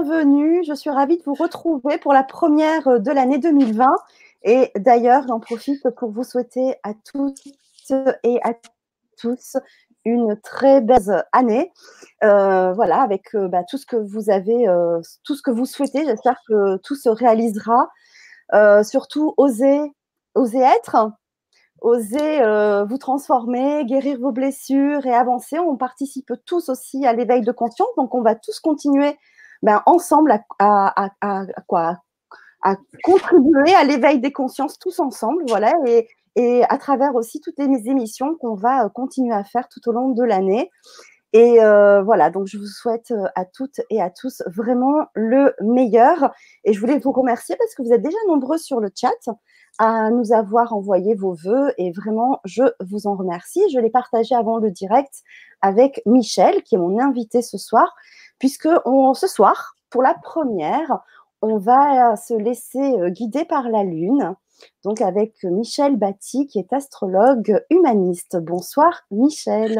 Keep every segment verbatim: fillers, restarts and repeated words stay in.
bienvenue. Je suis ravie de vous retrouver pour la première de l'année deux mille vingt. Et d'ailleurs, j'en profite pour vous souhaiter à toutes et à tous une très belle année. Euh, voilà, avec euh, bah, tout ce que vous avez, euh, tout ce que vous souhaitez. J'espère que tout se réalisera. Euh, surtout, osez, osez être. Osez euh, vous transformer, guérir vos blessures et avancer. On participe tous aussi à l'éveil de conscience, donc on va tous continuer ben, ensemble à, à, à, à, quoi, à contribuer à l'éveil des consciences tous ensemble, voilà, et, et à travers aussi toutes les émissions qu'on va continuer à faire tout au long de l'année. Et euh, voilà, donc je vous souhaite à toutes et à tous vraiment le meilleur. Et je voulais vous remercier parce que vous êtes déjà nombreux sur le chat à nous avoir envoyé vos vœux et vraiment, je vous en remercie. Je l'ai partagé avant le direct avec Michel, qui est mon invité ce soir, puisque on, ce soir, pour la première, on va se laisser guider par la Lune, donc avec Michel Batty, qui est astrologue humaniste. Bonsoir Michel.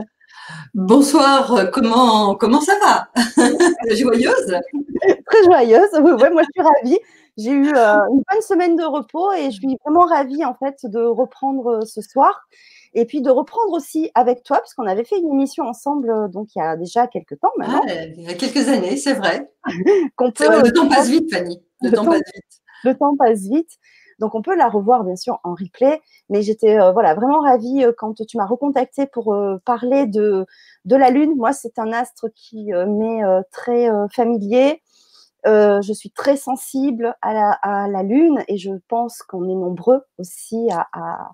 Bonsoir, comment, comment ça va? Joyeuse? Très joyeuse, ouais, moi je suis ravie. J'ai eu euh, une bonne semaine de repos et je suis vraiment ravie en fait de reprendre ce soir et puis de reprendre aussi avec toi parce qu'on avait fait une émission ensemble donc il y a déjà quelques temps maintenant. Ah, il y a quelques années, c'est vrai. Qu'on peut, vrai. Le temps passe vite, Fanny. Le, le temps, temps passe vite. Le temps passe vite. Donc, on peut la revoir, bien sûr, en replay. Mais j'étais euh, voilà, vraiment ravie euh, quand tu m'as recontactée pour euh, parler de, de la Lune. Moi, c'est un astre qui euh, m'est euh, très euh, familier. Euh, je suis très sensible à la, à la Lune et je pense qu'on est nombreux aussi à, à,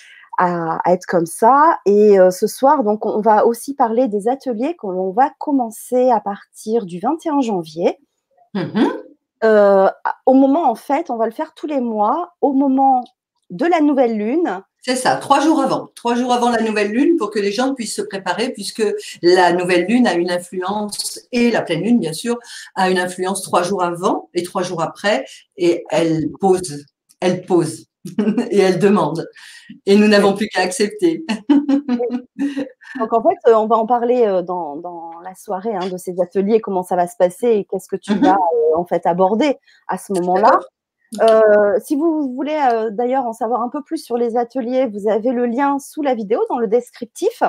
à, à être comme ça. Et euh, ce soir, donc, on va aussi parler des ateliers qu'on va commencer à partir du vingt et un janvier. Mm-hmm. Euh, au moment, en fait, on va le faire tous les mois, au moment de la nouvelle lune. C'est ça, trois jours avant. Trois jours avant la nouvelle lune pour que les gens puissent se préparer puisque la nouvelle lune a une influence, et la pleine lune, bien sûr, a une influence trois jours avant et trois jours après et elle pose, elle pose et elle demande. Et nous n'avons plus qu'à accepter. Donc, en fait, on va en parler dans, dans la soirée hein, de ces ateliers, comment ça va se passer et qu'est-ce que tu mm-hmm. vas euh, en fait aborder à ce moment-là. Euh, si vous voulez euh, d'ailleurs en savoir un peu plus sur les ateliers, vous avez le lien sous la vidéo dans le descriptif.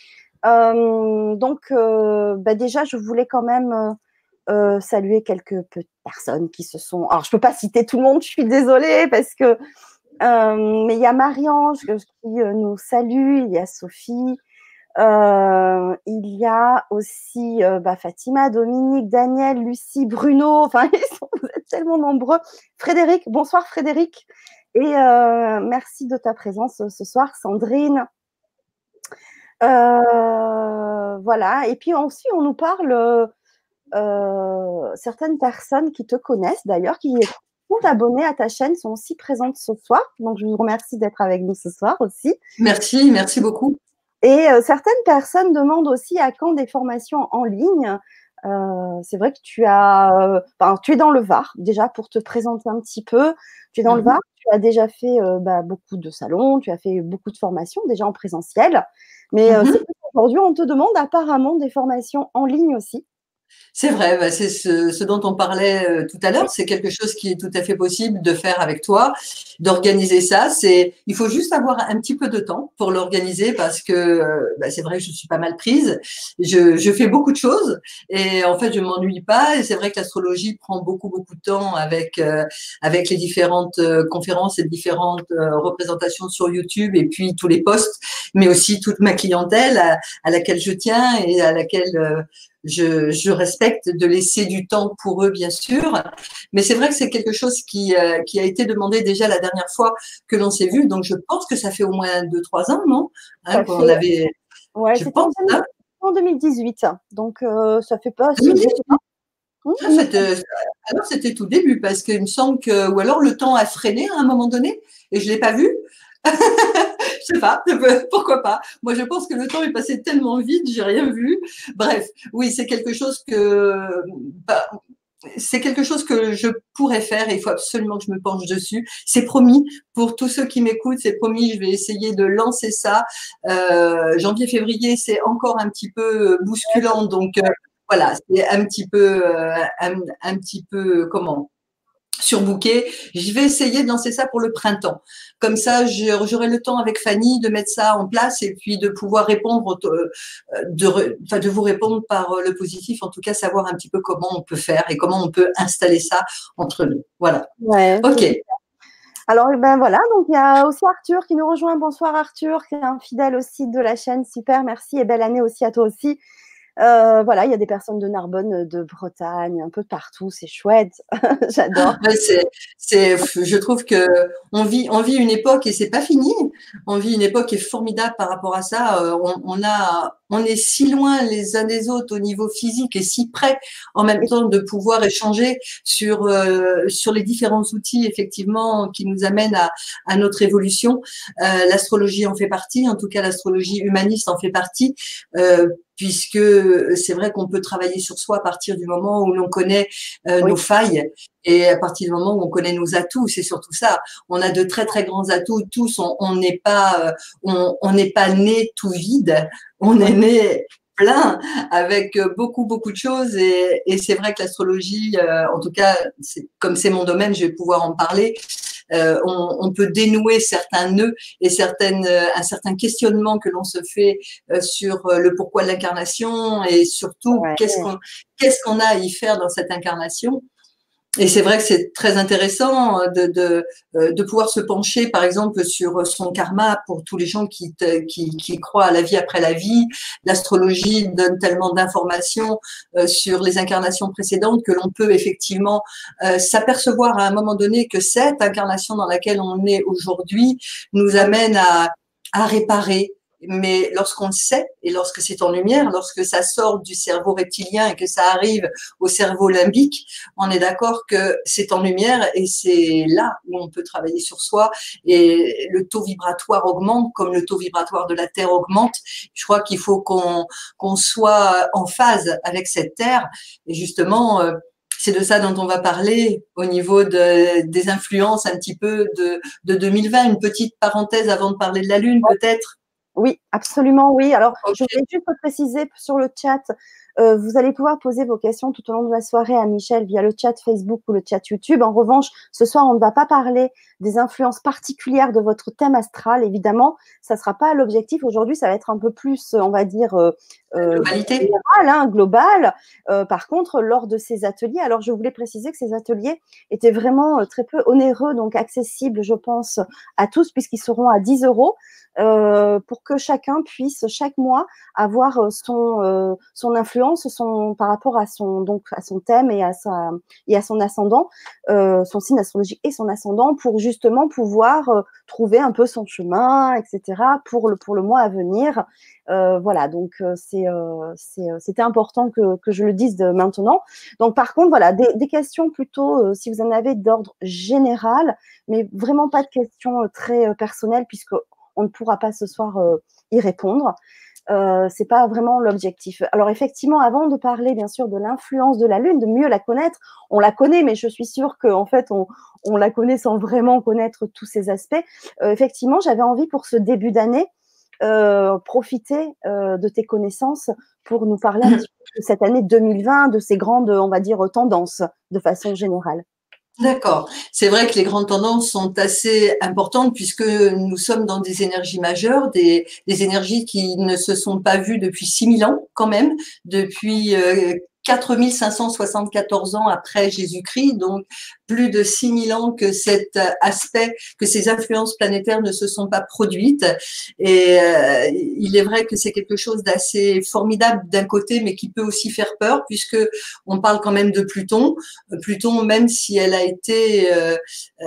Euh, donc, euh, bah déjà, je voulais quand même euh, saluer quelques personnes qui se sont… Alors, je ne peux pas citer tout le monde, je suis désolée, parce que… Euh, mais il y a Marie-Ange qui euh, nous salue, il y a Sophie, euh, il y a aussi euh, bah, Fatima, Dominique, Daniel, Lucie, Bruno, enfin, ils sont, vous êtes tellement nombreux. Frédéric, bonsoir Frédéric, et euh, merci de ta présence ce soir, Sandrine. Euh, voilà, et puis aussi on nous parle euh, certaines personnes qui te connaissent d'ailleurs, qui sont abonnées à ta chaîne, sont aussi présentes ce soir, donc je vous remercie d'être avec nous ce soir aussi. Merci, merci beaucoup. Et euh, certaines personnes demandent aussi à quand des formations en ligne. Euh, c'est vrai que tu as, enfin, tu es dans le Var déjà pour te présenter un petit peu. Tu es dans mm-hmm. le Var, tu as déjà fait euh, bah, beaucoup de salons, tu as fait beaucoup de formations déjà en présentiel. Mais mm-hmm. euh, c'est aujourd'hui on te demande apparemment des formations en ligne aussi. C'est vrai, bah c'est ce, ce dont on parlait euh, tout à l'heure. C'est quelque chose qui est tout à fait possible de faire avec toi, d'organiser ça. C'est, il faut juste avoir un petit peu de temps pour l'organiser parce que euh, bah c'est vrai que je suis pas mal prise. Je, je fais beaucoup de choses et en fait je m'ennuie pas. Et c'est vrai que l'astrologie prend beaucoup beaucoup de temps avec euh, avec les différentes euh, conférences et différentes euh, représentations sur YouTube et puis tous les posts, mais aussi toute ma clientèle à, à laquelle je tiens et à laquelle euh, Je, je respecte de laisser du temps pour eux, bien sûr. Mais c'est vrai que c'est quelque chose qui, euh, qui a été demandé déjà la dernière fois que l'on s'est vu. Donc, je pense que ça fait au moins deux, trois ans, non hein, qu'on avait. Ouais, c'était en, en deux mille dix-huit. Donc, euh, ça fait pas. deux mille dix-huit Ça, c'était, alors, c'était tout début parce qu'il me semble que. Ou alors, le temps a freiné à un moment donné et je ne l'ai pas vu. Je sais pas, pourquoi pas. Moi, je pense que le temps est passé tellement vite, j'ai rien vu. Bref, oui, c'est quelque chose que, bah, c'est quelque chose que je pourrais faire et il faut absolument que je me penche dessus. C'est promis pour tous ceux qui m'écoutent, c'est promis. Je vais essayer de lancer ça. Euh, janvier, février, c'est encore un petit peu bousculant, donc. Euh, voilà, c'est un petit peu, euh, un, un petit peu, comment, surbooké. Je vais essayer de lancer ça pour le printemps. Comme ça, j'aurai le temps avec Fanny de mettre ça en place et puis de pouvoir répondre, de, enfin, de vous répondre par le positif, en tout cas, savoir un petit peu comment on peut faire et comment on peut installer ça entre nous. Voilà. Ouais, ok. Alors, ben voilà, donc il y a aussi Arthur qui nous rejoint. Bonsoir Arthur, qui est un fidèle aussi de la chaîne. Super, merci et belle année aussi à toi aussi. Euh, voilà, il y a des personnes de Narbonne, de Bretagne, un peu de partout, c'est chouette, j'adore. Ouais, c'est, c'est, je trouve que on vit, on vit une époque et c'est pas fini. On vit une époque qui est formidable par rapport à ça. On, on a, on est si loin les uns des autres au niveau physique et si près en même temps de pouvoir échanger sur euh, sur les différents outils effectivement qui nous amènent à, à notre évolution. Euh, l'astrologie en fait partie, en tout cas l'astrologie humaniste en fait partie. Euh, puisque c'est vrai qu'on peut travailler sur soi à partir du moment où l'on connaît euh, oui. nos failles et à partir du moment où on connaît nos atouts. C'est surtout ça. On a de très très grands atouts tous. On n'est pas on on n'est pas né tout vide. On est né plein avec beaucoup beaucoup de choses et, et c'est vrai que l'astrologie, euh, en tout cas, comme c'est mon domaine, je vais pouvoir en parler. Euh, on, on peut dénouer certains nœuds et certaines, euh, un certain questionnement que l'on se fait euh, sur le pourquoi de l'incarnation et surtout ouais. qu'est-ce qu'on qu'est-ce qu'on a à y faire dans cette incarnation. Et c'est vrai que c'est très intéressant de, de, de pouvoir se pencher, par exemple, sur son karma pour tous les gens qui, te, qui, qui croient à la vie après la vie. L'astrologie donne tellement d'informations sur les incarnations précédentes que l'on peut effectivement s'apercevoir à un moment donné que cette incarnation dans laquelle on est aujourd'hui nous amène à, à réparer. Mais lorsqu'on le sait et lorsque c'est en lumière, lorsque ça sort du cerveau reptilien et que ça arrive au cerveau limbique, on est d'accord que c'est en lumière et c'est là où on peut travailler sur soi et le taux vibratoire augmente comme le taux vibratoire de la Terre augmente. Je crois qu'il faut qu'on qu'on soit en phase avec cette Terre et justement, c'est de ça dont on va parler au niveau de, des influences un petit peu de, de deux mille vingt. Une petite parenthèse avant de parler de la Lune peut-être. Oui, absolument, oui. Alors, okay. Je voulais juste préciser sur le chat, euh, vous allez pouvoir poser vos questions tout au long de la soirée à Michel via le chat Facebook ou le chat YouTube. En revanche, ce soir, on ne va pas parler des influences particulières de votre thème astral. Évidemment, ça ne sera pas l'objectif. Aujourd'hui, ça va être un peu plus, on va dire, euh, globalité. Général, hein, global. Euh, par contre, lors de ces ateliers, alors je voulais préciser que ces ateliers étaient vraiment euh, très peu onéreux, donc accessibles, je pense, à tous, puisqu'ils seront à dix euros. Euh, pour que chacun puisse chaque mois avoir son euh, son influence son par rapport à son donc à son thème et à sa et à son ascendant, euh, son signe astrologique et son ascendant pour justement pouvoir euh, trouver un peu son chemin, et cetera pour le pour le mois à venir. Euh, voilà, donc euh, c'est euh, c'est c'était important que que je le dise de maintenant. Donc par contre voilà des, des questions plutôt euh, si vous en avez d'ordre général, mais vraiment pas de questions euh, très euh, personnelles puisque on ne pourra pas ce soir euh, y répondre. Euh, c'est pas vraiment l'objectif. Alors effectivement, avant de parler bien sûr de l'influence de la Lune, de mieux la connaître, on la connaît, mais je suis sûre qu'en fait on, on la connaît sans vraiment connaître tous ces aspects. Euh, effectivement, j'avais envie pour ce début d'année euh, profiter euh, de tes connaissances pour nous parler un petit peu de cette année deux mille vingt, de ces grandes, on va dire, tendances de façon générale. D'accord. C'est vrai que les grandes tendances sont assez importantes puisque nous sommes dans des énergies majeures, des, des énergies qui ne se sont pas vues depuis six mille ans quand même, depuis euh, quatre mille cinq cent soixante-quatorze ans après Jésus-Christ, donc plus de six mille ans que cet aspect, que ces influences planétaires ne se sont pas produites. Et euh, il est vrai que c'est quelque chose d'assez formidable d'un côté, mais qui peut aussi faire peur, puisque on parle quand même de Pluton. Pluton, même si elle a été, euh, euh,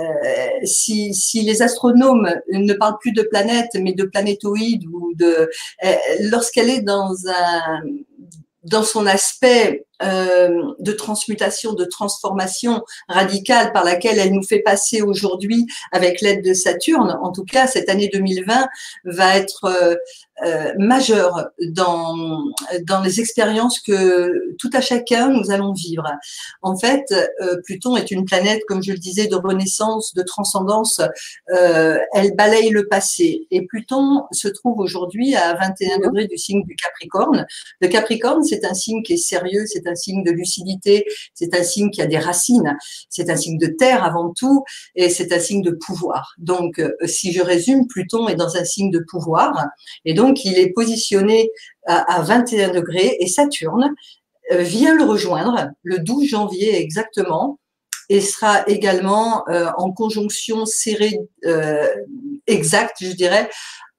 si, si les astronomes ne parlent plus de planète, mais de planétoïdes ou de, euh, lorsqu'elle est dans un dans son aspect euh, de transmutation, de transformation radicale par laquelle elle nous fait passer aujourd'hui avec l'aide de Saturne. En tout cas, cette année deux mille vingt va être euh, euh, majeure dans, dans les expériences que tout à chacun nous allons vivre. En fait, euh, Pluton est une planète, comme je le disais, de renaissance, de transcendance. Euh, elle balaye le passé. Et Pluton se trouve aujourd'hui à vingt et un degrés du signe du Capricorne. Le Capricorne, c'est un signe qui est sérieux, c'est un signe de lucidité, c'est un signe qui a des racines, c'est un signe de terre avant tout, et c'est un signe de pouvoir. Donc, euh, si je résume, Pluton est dans un signe de pouvoir, et donc il est positionné à, à vingt et un degrés, et Saturne euh, vient le rejoindre le douze janvier exactement, et sera également euh, en conjonction serrée euh, exacte, je dirais,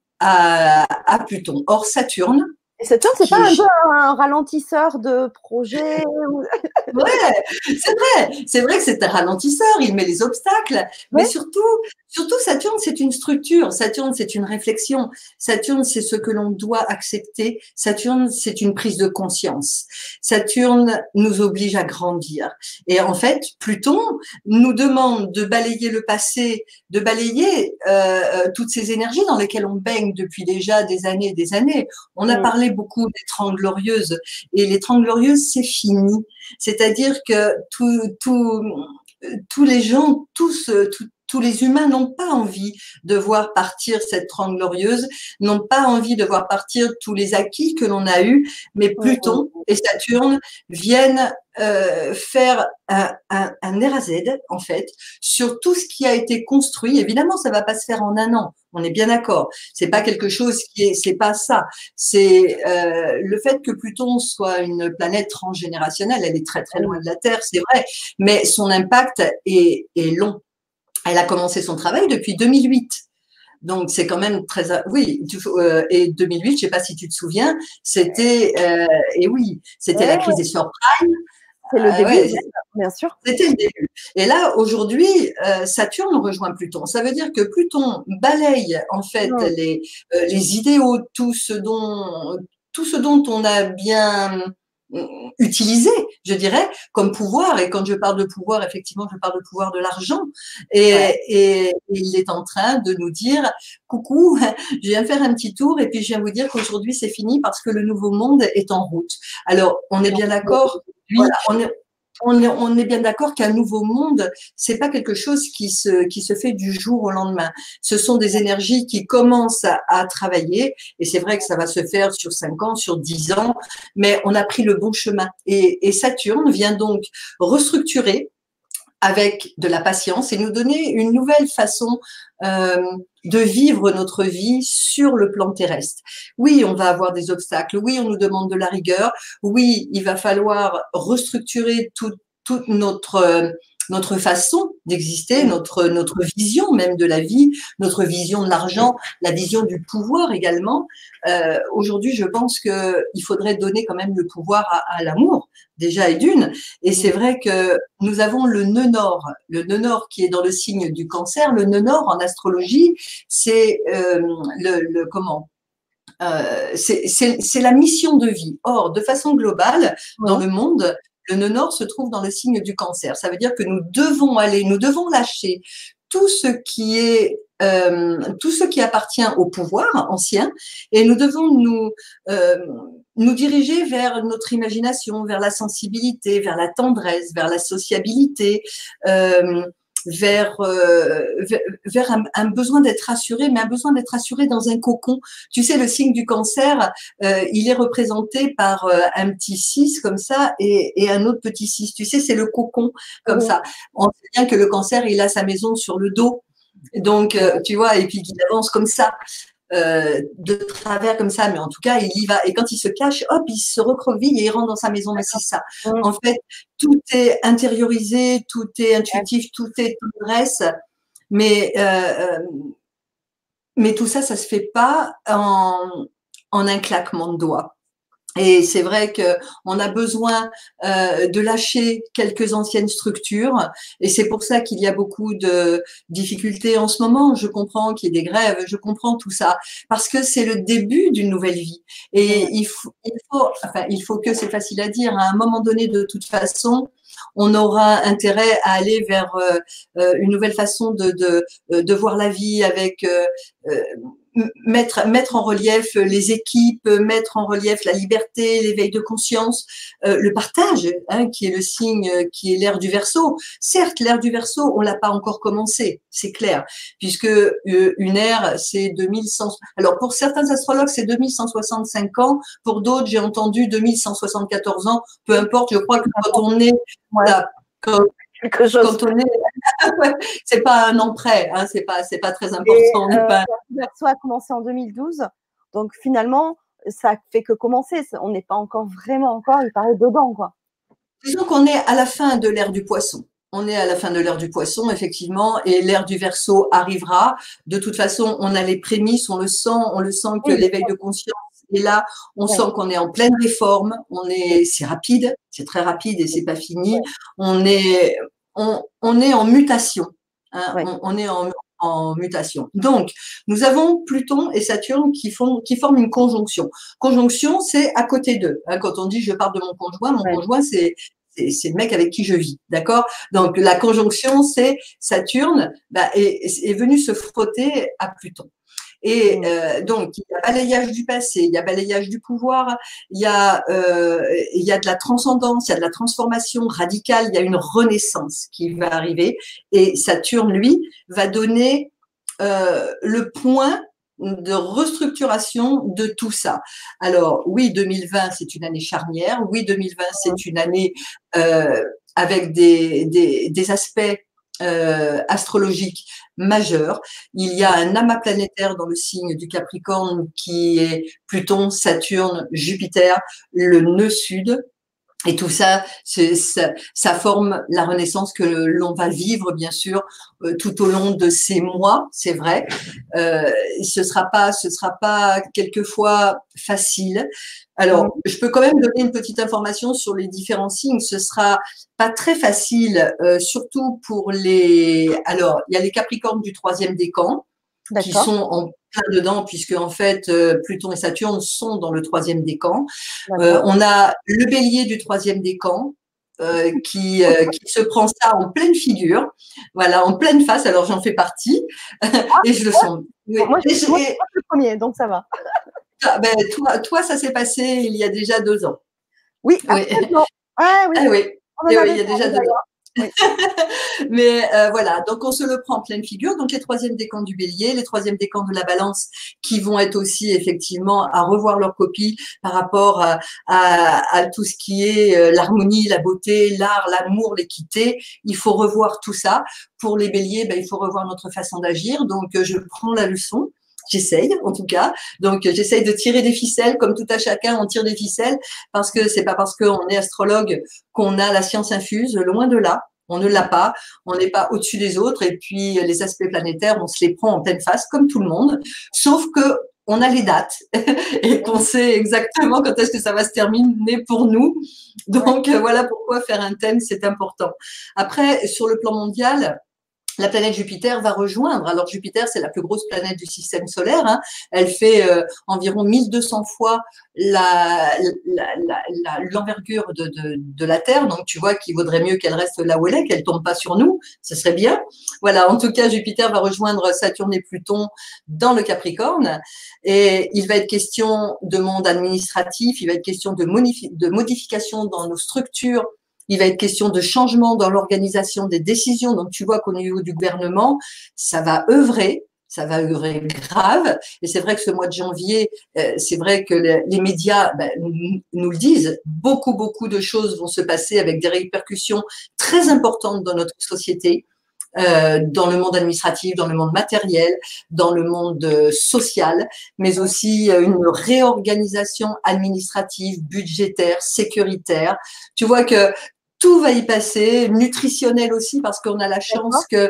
à, à Pluton. Or, Saturne, et Saturne, c'est pas un peu un ralentisseur de projet? Ouais, c'est vrai, c'est vrai que c'est un ralentisseur, il met les obstacles, mais Ouais. surtout, surtout Saturne, c'est une structure, Saturne, c'est une réflexion, Saturne, c'est ce que l'on doit accepter, Saturne, c'est une prise de conscience, Saturne nous oblige à grandir. Et en fait, Pluton nous demande de balayer le passé, de balayer euh, toutes ces énergies dans lesquelles on baigne depuis déjà des années et des années. On a Mm. parlé beaucoup des Trente Glorieuses, et les Trente Glorieuses, c'est fini. C'est-à-dire que tout, tout, tous les gens, tous, tout, tous les humains n'ont pas envie de voir partir cette Trente Glorieuse, n'ont pas envie de voir partir tous les acquis que l'on a eus, mais Pluton et Saturne viennent euh, faire un, un, un R A Z, en fait, sur tout ce qui a été construit. Évidemment, ça va pas se faire en un an. On est bien d'accord. C'est pas quelque chose qui est, c'est pas ça. C'est euh, le fait que Pluton soit une planète transgénérationnelle. Elle est très très loin de la Terre, c'est vrai, mais son impact est, est long. Elle a commencé son travail depuis deux mille huit. Donc, c'est quand même très… Oui, tu, euh, et deux mille huit, je ne sais pas si tu te souviens, c'était… Euh, et oui, c'était ouais, la crise des subprimes. c'est le Euh, début, ouais, bien sûr. c'était le début. Et là, aujourd'hui, euh, Saturne rejoint Pluton. Ça veut dire que Pluton balaye, en fait, Mm. les, euh, les idéaux, tout ce dont, tout ce dont on a bien utilisé, je dirais, comme pouvoir. Et quand je parle de pouvoir, effectivement, je parle de pouvoir de l'argent. Et, Ouais. et, et il est en train de nous dire, coucou, je viens faire un petit tour et puis je viens vous dire qu'aujourd'hui, c'est fini parce que le nouveau monde est en route. Alors, on est bien d'accord. Voilà, on est, on est, on est bien d'accord qu'un nouveau monde, c'est pas quelque chose qui se, qui se fait du jour au lendemain. Ce sont des énergies qui commencent à, à travailler, et c'est vrai que ça va se faire sur cinq ans, sur dix ans, mais on a pris le bon chemin. Et, et Saturne vient donc restructurer avec de la patience et nous donner une nouvelle façon euh, de vivre notre vie sur le plan terrestre. Oui, on va avoir des obstacles. Oui, on nous demande de la rigueur. Oui, il va falloir restructurer toute toute notre euh, notre façon d'exister, notre notre vision même de la vie, notre vision de l'argent, la vision du pouvoir également. Euh, aujourd'hui, je pense que il faudrait donner quand même le pouvoir à, à l'amour déjà et d'une. Et c'est vrai que nous avons le nœud nord, le nœud nord qui est dans le signe du Cancer. Le nœud nord en astrologie, c'est euh, le, le comment euh, c'est la mission de vie. Or, de façon globale, dans le monde, le nœud nord se trouve dans le signe du Cancer. Ça veut dire que nous devons aller, nous devons lâcher tout ce qui est euh, tout ce qui appartient au pouvoir ancien, et nous devons nous euh, nous diriger vers notre imagination, vers la sensibilité, vers la tendresse, vers la sociabilité, euh, vers, euh, vers, vers un, un besoin d'être rassuré, mais un besoin d'être rassuré dans un cocon. Tu sais, le signe du Cancer, euh, il est représenté par euh, un petit six comme ça et, et un autre petit six. Tu sais, c'est le cocon comme Oui. ça. On sait bien que le Cancer, il a sa maison sur le dos. Donc, euh, tu vois, et puis qu'il avance comme ça. Euh, de travers comme ça, mais en tout cas, il y va. Et quand il se cache, hop, il se recroqueville et il rentre dans sa maison. Mais c'est ça. En fait, tout est intériorisé, tout est intuitif, tout est tendresse. Mais, euh, mais tout ça, ça se fait pas en, en un claquement de doigts. Et c'est vrai qu'on a besoin euh, de lâcher quelques anciennes structures et c'est pour ça qu'il y a beaucoup de difficultés en ce moment. Je comprends qu'il y ait des grèves, je comprends tout ça parce que c'est le début d'une nouvelle vie. Et il faut, il faut, enfin, il faut que, c'est facile à dire, à un moment donné, de toute façon, on aura intérêt à aller vers euh, une nouvelle façon de, de, de voir la vie avec euh, euh, Mettre, mettre en relief les équipes, mettre en relief la liberté, l'éveil de conscience, euh, le partage, hein, qui est le signe, qui est l'ère du Verseau. Certes, l'ère du Verseau, on l'a pas encore commencé, c'est clair, puisque euh, une ère, c'est deux mille cent. Alors pour certains astrologues, c'est deux mille cent soixante-cinq ans. Pour d'autres, j'ai entendu deux mille cent soixante-quatorze ans. Peu importe. Je crois que quand on est là, quand, quelque chose. Quand on est, c'est pas un an près, hein, c'est pas, c'est pas très important. Et, euh, pas... Le Verseau a commencé en deux mille douze, donc finalement, ça fait que commencer. On n'est pas encore vraiment encore, il paraît dedans, quoi. Disons qu'on est à la fin de l'ère du Poisson. On est à la fin de l'ère du Poisson, effectivement, et l'ère du Verseau arrivera. De toute façon, on a les prémices, on le sent, on le sent que oui, l'éveil de conscience est là. On oui. sent qu'on est en pleine réforme. On est, c'est rapide, c'est très rapide et c'est pas fini. Oui. On est, on, on est en mutation. Hein, oui. on, on est en, en mutation. Donc, nous avons Pluton et Saturne qui font, qui forment une conjonction. Conjonction, c'est à côté d'eux. Hein, quand on dit je parle de mon conjoint, mon oui. conjoint, c'est c'est le mec avec qui je vis, d'accord? Donc la conjonction, c'est Saturne bah, est, est venu se frotter à Pluton. Et euh, donc, il y a balayage du passé, il y a balayage du pouvoir, il y a, euh, il y a de la transcendance, il y a de la transformation radicale, il y a une renaissance qui va arriver. Et Saturne, lui, va donner euh, le point de restructuration de tout ça. Alors, oui, deux mille vingt, c'est une année charnière. Oui, deux mille vingt, c'est une année euh, avec des, des, des aspects euh, astrologiques majeurs. Il y a un amas planétaire dans le signe du Capricorne qui est Pluton, Saturne, Jupiter, le nœud sud. Et tout ça, ça, ça forme la renaissance que l'on va vivre, bien sûr, euh, tout au long de ces mois, c'est vrai. Euh, ce sera pas, ce sera pas quelquefois facile. Alors, je peux quand même donner une petite information sur les différents signes. Ce sera pas très facile, euh, surtout pour les. Alors, il y a les Capricornes du troisième décan qui sont en plein dedans, puisque en fait euh, Pluton et Saturne sont dans le troisième décan. Euh, on a le Bélier du troisième décan euh, qui euh, qui se prend ça en pleine figure, voilà, en pleine face. Alors j'en fais partie ah, et je le sens. Oui. Moi, je suis le premier, donc ça va. Ah, ben, toi, toi, ça s'est passé il y a déjà deux ans. Oui, oui. Ah, oui. Ah, oui. Et oui, il y a déjà deux ans. Oui. Mais euh, voilà, donc on se le prend en pleine figure. Donc les troisièmes décans du Bélier, les troisièmes décans de la Balance, qui vont être aussi effectivement à revoir leur copie par rapport à, à, à tout ce qui est euh, l'harmonie, la beauté, l'art, l'amour, l'équité. Il faut revoir tout ça. Pour les Béliers, ben, il faut revoir notre façon d'agir. Donc euh, je prends la leçon. J'essaye, en tout cas. Donc, j'essaye de tirer des ficelles, comme tout à chacun, on tire des ficelles, parce que c'est pas parce qu'on est astrologue qu'on a la science infuse, loin de là. On ne l'a pas, on n'est pas au-dessus des autres, et puis les aspects planétaires, on se les prend en pleine face, comme tout le monde, sauf que on a les dates et qu'on sait exactement quand est-ce que ça va se terminer pour nous. Donc, voilà pourquoi faire un thème, c'est important. Après, sur le plan mondial, la planète Jupiter va rejoindre. Alors Jupiter, c'est la plus grosse planète du système solaire. Hein. Elle fait euh, environ mille deux cents fois la, la, la, la, l'envergure de, de, de la Terre. Donc tu vois qu'il vaudrait mieux qu'elle reste là où elle est, qu'elle tombe pas sur nous. Ce serait bien. Voilà. En tout cas, Jupiter va rejoindre Saturne et Pluton dans le Capricorne. Et il va être question de monde administratif. Il va être question de, modifi- de modification dans nos structures. Il va être question de changement dans l'organisation des décisions. Donc, tu vois qu'au niveau du gouvernement, ça va œuvrer, ça va œuvrer grave. Et c'est vrai que ce mois de janvier, euh, c'est vrai que les, les médias ben, nous, nous le disent. Beaucoup, beaucoup de choses vont se passer avec des répercussions très importantes dans notre société, euh, dans le monde administratif, dans le monde matériel, dans le monde euh, social, mais aussi euh, une réorganisation administrative, budgétaire, sécuritaire. Tu vois que tout va y passer, nutritionnel aussi, parce qu'on a la chance que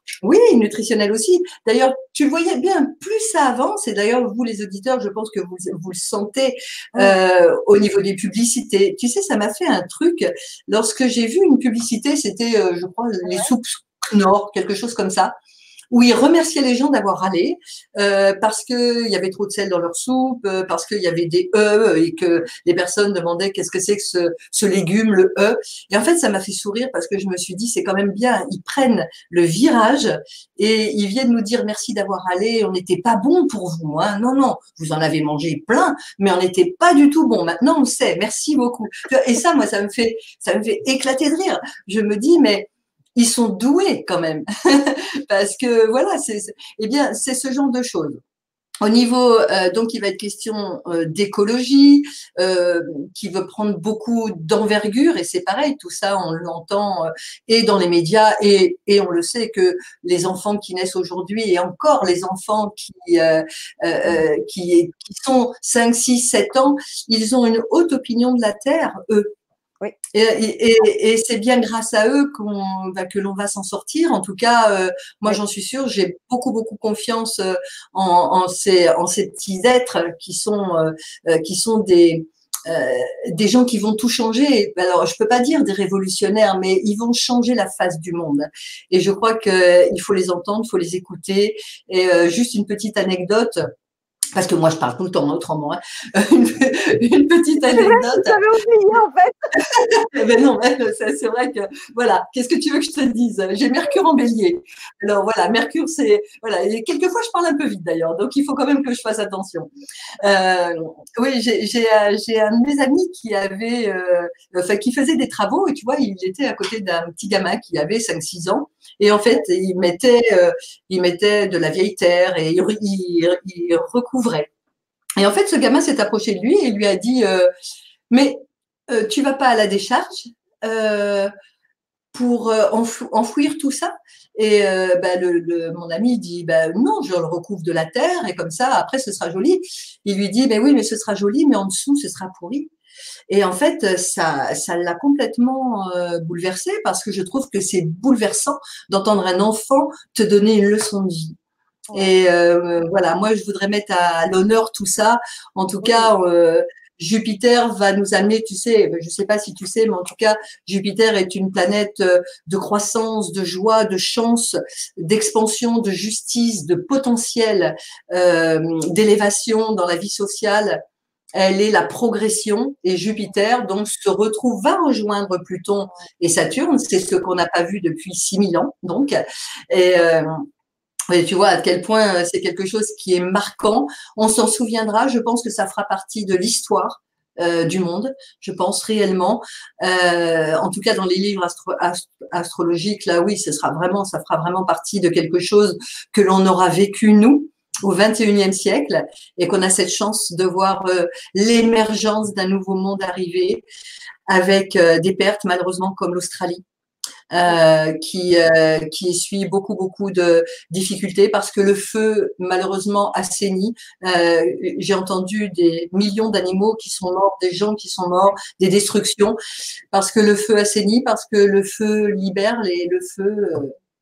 Oui, nutritionnel aussi. D'ailleurs, tu le voyais bien, plus ça avance, et d'ailleurs, vous les auditeurs, je pense que vous, vous le sentez euh, au niveau des publicités. Tu sais, ça m'a fait un truc. Lorsque j'ai vu une publicité, c'était, euh, je crois, les soupes Knorr, quelque chose comme ça, où ils remerciaient les gens d'avoir râlé euh, parce qu'il y avait trop de sel dans leur soupe, euh, parce qu'il y avait des œufs et que les personnes demandaient qu'est-ce que c'est que ce, ce légume, le œuf. Et en fait, ça m'a fait sourire parce que je me suis dit, c'est quand même bien, ils prennent le virage et ils viennent nous dire merci d'avoir râlé, on n'était pas bon pour vous. Hein. Non, non, vous en avez mangé plein, mais on n'était pas du tout bon. Maintenant, on le sait, merci beaucoup. Et ça, moi, ça me fait, ça me fait éclater de rire. Je me dis, mais ils sont doués quand même, parce que voilà, c'est, eh bien, c'est ce genre de choses. Au niveau, euh, donc, il va être question euh, d'écologie, euh, qui veut prendre beaucoup d'envergure, et c'est pareil, tout ça, on l'entend euh, et dans les médias, et, et on le sait que les enfants qui naissent aujourd'hui, et encore les enfants qui, euh, euh, qui, qui sont cinq, six, sept ans, ils ont une haute opinion de la Terre, eux. Oui. Et, et, et c'est bien grâce à eux qu'on, bah, que l'on va s'en sortir. En tout cas, euh, moi, oui. J'en suis sûre. J'ai beaucoup, beaucoup confiance euh, en, en, ces, en ces petits êtres qui sont, euh, qui sont des, euh, des gens qui vont tout changer. Alors, je peux pas dire des révolutionnaires, mais ils vont changer la face du monde. Et je crois qu'il faut les entendre, il faut les écouter. Et euh, juste une petite anecdote. Parce que moi, je parle tout le temps, autrement. Hein. Une, une petite anecdote. J'avais oublié, en fait. Ben non, c'est vrai que, voilà, qu'est-ce que tu veux que je te dise? J'ai Mercure en bélier. Alors voilà, Mercure, c'est, voilà, et quelquefois, je parle un peu vite d'ailleurs, donc il faut quand même que je fasse attention. Euh, oui, j'ai un de mes amis qui avait, euh, enfin, qui faisait des travaux, et tu vois, il était à côté d'un petit gamin qui avait cinq six ans, et en fait, il mettait, euh, il mettait de la vieille terre et il, il, il recouvrait. Et en fait, ce gamin s'est approché de lui et lui a dit, euh, mais euh, tu vas pas à la décharge euh, pour euh, enfou enfouir tout ça? Et euh, bah, le, le, mon ami dit, bah, non, je le recouvre de la terre et comme ça, après, ce sera joli. Il lui dit, ben oui, mais ce sera joli, mais en dessous, ce sera pourri. Et en fait, ça, ça l'a complètement euh, bouleversé parce que je trouve que c'est bouleversant d'entendre un enfant te donner une leçon de vie. Et euh, voilà, moi, je voudrais mettre à l'honneur tout ça. En tout cas, euh, Jupiter va nous amener, tu sais, je ne sais pas si tu sais, mais en tout cas, Jupiter est une planète de croissance, de joie, de chance, d'expansion, de justice, de potentiel, euh, d'élévation dans la vie sociale. Elle est la progression et Jupiter donc se retrouve, va rejoindre Pluton et Saturne. C'est ce qu'on n'a pas vu depuis six mille ans. Donc, et, euh, et tu vois à quel point c'est quelque chose qui est marquant. On s'en souviendra. Je pense que ça fera partie de l'histoire euh, du monde. Je pense réellement. Euh, en tout cas, dans les livres astro ast astrologiques, là, oui, ce sera vraiment, ça fera vraiment partie de quelque chose que l'on aura vécu nous au vingt et unième siècle et qu'on a cette chance de voir euh, l'émergence d'un nouveau monde arriver avec euh, des pertes malheureusement comme l'Australie. Euh, qui, euh, qui essuie beaucoup, beaucoup de difficultés parce que le feu, malheureusement, assainit. Euh, J'ai entendu des millions d'animaux qui sont morts, des gens qui sont morts, des destructions, parce que le feu assainit, parce que le feu libère, les, le feu, euh,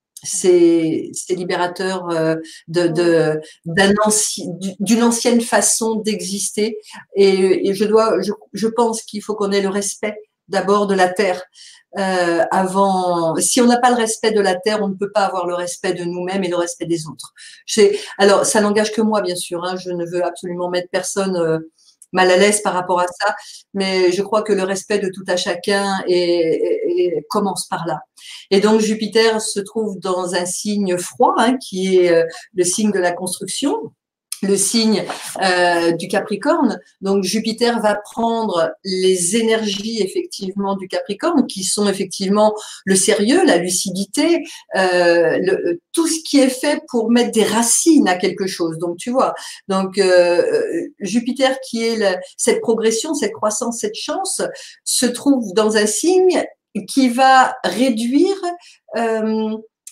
c'est libérateur euh, de, de, d'un anci, d'une ancienne façon d'exister. Et, et je, dois, je, je pense qu'il faut qu'on ait le respect d'abord de la terre. Euh, avant, si on n'a pas le respect de la terre, on ne peut pas avoir le respect de nous-mêmes et le respect des autres. Alors, ça n'engage que moi, bien sûr. Hein, je ne veux absolument mettre personne euh, mal à l'aise par rapport à ça, mais je crois que le respect de tout à chacun est, est, est, commence par là. Et donc, Jupiter se trouve dans un signe froid, hein, qui est euh, le signe de la construction, le signe euh, du Capricorne. Donc Jupiter va prendre les énergies effectivement du Capricorne, qui sont effectivement le sérieux, la lucidité, euh, le, tout ce qui est fait pour mettre des racines à quelque chose. Donc tu vois, donc euh, Jupiter qui est le, cette progression, cette croissance, cette chance, se trouve dans un signe qui va réduire euh,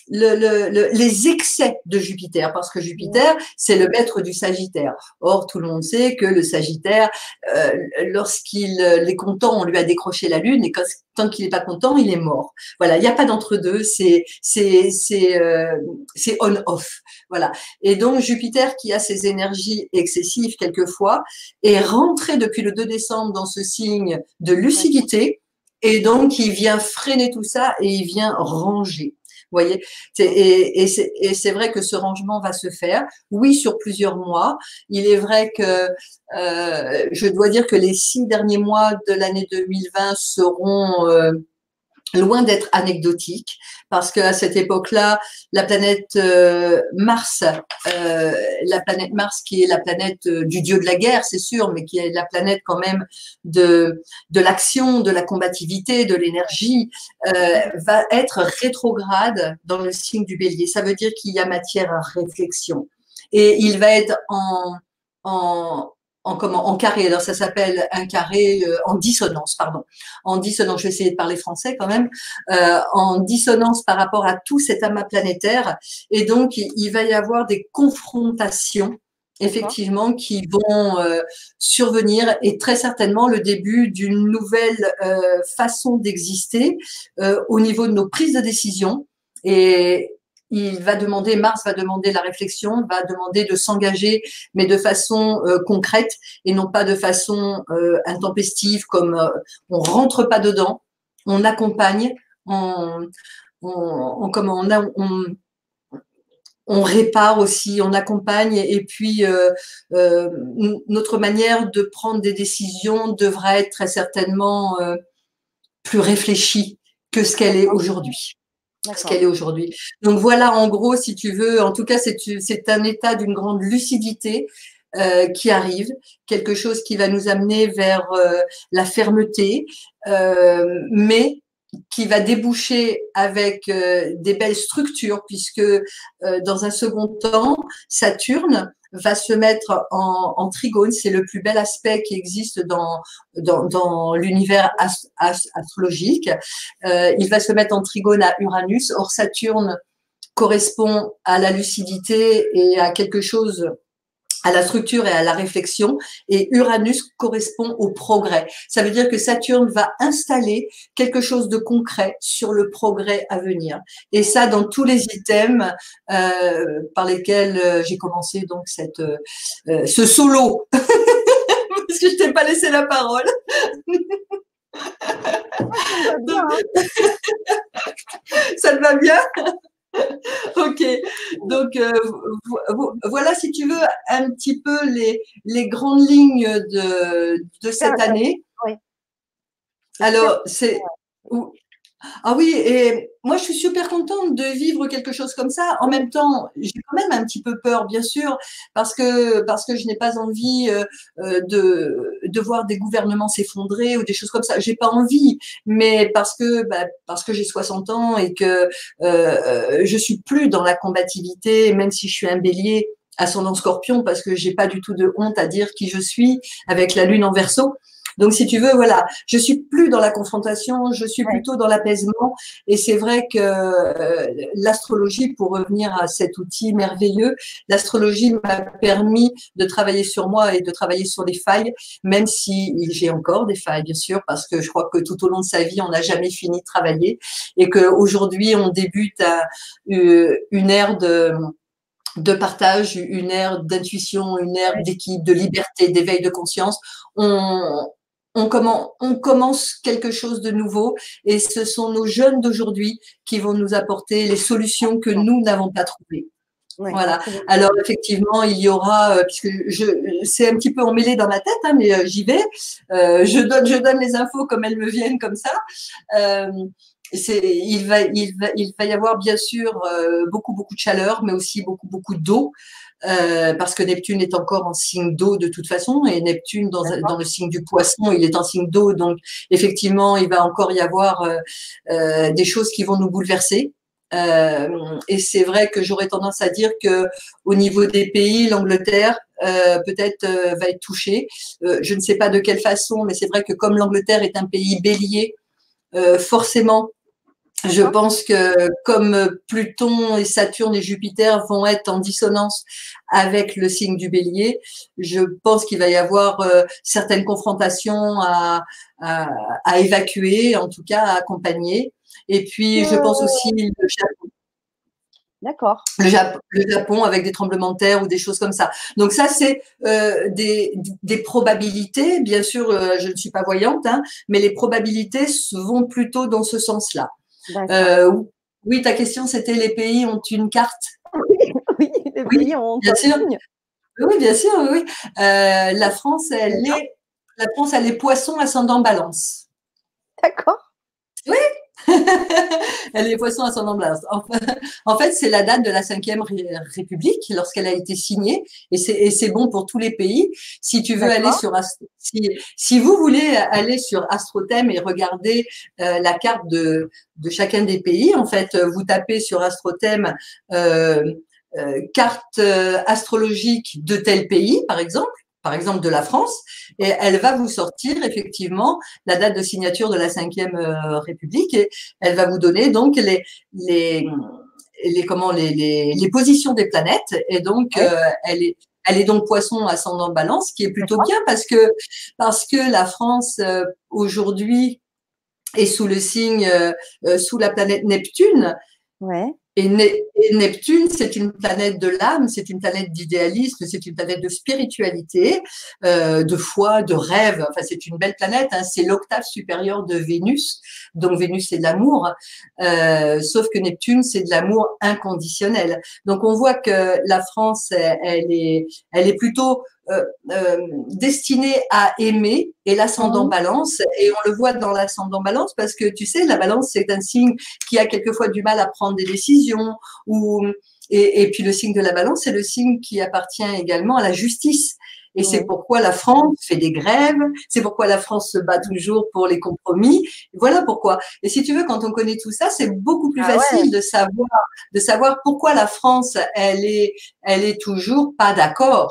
le, le, le, les excès de Jupiter, parce que Jupiter, c'est le maître du Sagittaire. Or, tout le monde sait que le Sagittaire, euh, lorsqu'il est content, on lui a décroché la lune, et quand, tant qu'il n'est pas content, il est mort. Voilà, il n'y a pas d'entre-deux, c'est c'est c'est euh, c'est on-off. Voilà. Et donc Jupiter, qui a ses énergies excessives quelquefois, est rentré depuis le deux décembre dans ce signe de lucidité, et donc il vient freiner tout ça et il vient ranger. Vous voyez, et, et c'est et c'est vrai que ce rangement va se faire, oui, sur plusieurs mois. Il est vrai que euh, je dois dire que les six derniers mois de l'année deux mille vingt seront euh, loin d'être anecdotiques, parce qu'à cette époque-là, la planète euh, Mars, euh, la planète Mars qui est la planète euh, du dieu de la guerre, c'est sûr, mais qui est la planète quand même de de l'action, de la combativité, de l'énergie, euh, va être rétrograde dans le signe du Bélier. Ça veut dire qu'il y a matière à réflexion, et il va être en en en comment en carré. Alors ça s'appelle un carré euh, en dissonance, pardon. En dissonance, je vais essayer de parler français quand même. Euh, en dissonance par rapport à tout cet amas planétaire, et donc il, il va y avoir des confrontations effectivement qui vont euh, survenir, et très certainement le début d'une nouvelle euh, façon d'exister euh, au niveau de nos prises de décision. Et il va demander, Mars va demander la réflexion, va demander de s'engager, mais de façon euh, concrète et non pas de façon euh, intempestive, comme euh, on rentre pas dedans, on accompagne, on, on, on comment on, a, on, on répare aussi, on accompagne, et puis euh, euh, notre manière de prendre des décisions devra être très certainement euh, plus réfléchie que ce qu'elle est aujourd'hui. Ce qu'elle est aujourd'hui. Donc voilà, en gros, si tu veux, en tout cas, c'est c'est un état d'une grande lucidité euh, qui arrive, quelque chose qui va nous amener vers euh, la fermeté, euh, mais qui va déboucher avec euh, des belles structures, puisque euh, dans un second temps, Saturne va se mettre en, en trigone. C'est le plus bel aspect qui existe dans, dans, dans l'univers ast ast astrologique. Euh, il va se mettre en trigone à Uranus. Or, Saturne correspond à la lucidité et à quelque chose, à la structure et à la réflexion, et Uranus correspond au progrès. Ça veut dire que Saturne va installer quelque chose de concret sur le progrès à venir. Et ça, dans tous les items euh, par lesquels euh, j'ai commencé donc cette euh, ce solo, parce que je t'ai pas laissé la parole. Donc, ça te va bien? Ok, donc euh, voilà, si tu veux, un petit peu les, les grandes lignes de, de cette année. Oui. Alors, c'est… Ah oui, et moi je suis super contente de vivre quelque chose comme ça. En même temps, j'ai quand même un petit peu peur, bien sûr, parce que parce que je n'ai pas envie euh, de de voir des gouvernements s'effondrer ou des choses comme ça. J'ai pas envie, mais parce que bah, parce que j'ai soixante ans et que euh, je suis plus dans la combativité, même si je suis un Bélier ascendant Scorpion, parce que j'ai pas du tout de honte à dire qui je suis avec la Lune en Verseau. Donc, si tu veux, voilà, je suis plus dans la confrontation, je suis plutôt dans l'apaisement. Et c'est vrai que euh, l'astrologie, pour revenir à cet outil merveilleux, l'astrologie m'a permis de travailler sur moi et de travailler sur les failles, même si j'ai encore des failles, bien sûr, parce que je crois que tout au long de sa vie, on n'a jamais fini de travailler, et qu'aujourd'hui, on débute à euh, une ère de de partage, une ère d'intuition, une ère d'équipe, de liberté, d'éveil de conscience. On, on, commence, on commence quelque chose de nouveau, et ce sont nos jeunes d'aujourd'hui qui vont nous apporter les solutions que nous n'avons pas trouvées. Ouais, voilà. Alors effectivement, il y aura, euh, puisque je, c'est un petit peu emmêlé dans ma tête, hein, mais euh, j'y vais. Euh, je donne, je donne les infos comme elles me viennent, comme ça. Euh, c'est, il va, il va, il va y avoir bien sûr euh, beaucoup, beaucoup de chaleur, mais aussi beaucoup, beaucoup d'eau. Euh, parce que Neptune est encore en signe d'eau de toute façon, et Neptune dans, dans le signe du Poisson, il est en signe d'eau, donc effectivement, il va encore y avoir euh, euh, des choses qui vont nous bouleverser. Euh, et c'est vrai que j'aurais tendance à dire que au niveau des pays, l'Angleterre euh, peut-être euh, va être touchée. Euh, je ne sais pas de quelle façon, mais c'est vrai que comme l'Angleterre est un pays bélier, euh, forcément Je pense que comme Pluton et Saturne et Jupiter vont être en dissonance avec le signe du Bélier, je pense qu'il va y avoir euh, certaines confrontations à, à, à évacuer, en tout cas à accompagner. Et puis, je pense aussi le Japon. D'accord. Le Japon, le Japon avec des tremblements de terre ou des choses comme ça. Donc ça, c'est euh, des, des probabilités. Bien sûr, euh, je ne suis pas voyante, hein, mais les probabilités vont plutôt dans ce sens-là. Euh, oui, ta question, c'était les pays ont une carte. Oui, les oui, pays ont bien un sûr. signe. Oui, bien sûr, oui. Euh, la France, elle est, la France, elle est poisson ascendant balance. D'accord. Oui. Elle est poisson ascendant balance. En fait, c'est la date de la cinquième République lorsqu'elle a été signée, et c'est bon pour tous les pays. Si tu veux aller sur si, si vous voulez aller sur Astrothème et regarder euh, la carte de, de chacun des pays, en fait, vous tapez sur Astrothème euh, euh, carte astrologique de tel pays, par exemple. Par exemple de la France, et elle va vous sortir effectivement la date de signature de la cinquième euh, République, et elle va vous donner donc les les les comment les les, les positions des planètes, et donc ouais. euh, elle est elle est donc Poisson ascendant Balance, qui est plutôt bien parce que parce que la France euh, aujourd'hui est sous le signe euh, sous la planète Neptune. Ouais. Et, ne et Neptune, c'est une planète de l'âme, c'est une planète d'idéalisme, c'est une planète de spiritualité, euh, de foi, de rêve. Enfin, c'est une belle planète, hein, c'est l'octave supérieure de Vénus. Donc, Vénus, c'est de l'amour. Euh, sauf que Neptune, c'est de l'amour inconditionnel. Donc, on voit que la France, elle, elle est, elle est plutôt Euh, euh, destinée à aimer, et l'ascendant mmh. Balance, et on le voit dans l'ascendant Balance parce que tu sais, la Balance, c'est un signe qui a quelquefois du mal à prendre des décisions, ou et, et puis le signe de la Balance, c'est le signe qui appartient également à la justice. Et mmh. c'est pourquoi la France fait des grèves, c'est pourquoi la France se bat toujours pour les compromis. Voilà pourquoi. Et si tu veux, quand on connaît tout ça, c'est beaucoup plus ah facile ouais. de savoir, de savoir pourquoi la France, elle est, elle est toujours pas d'accord.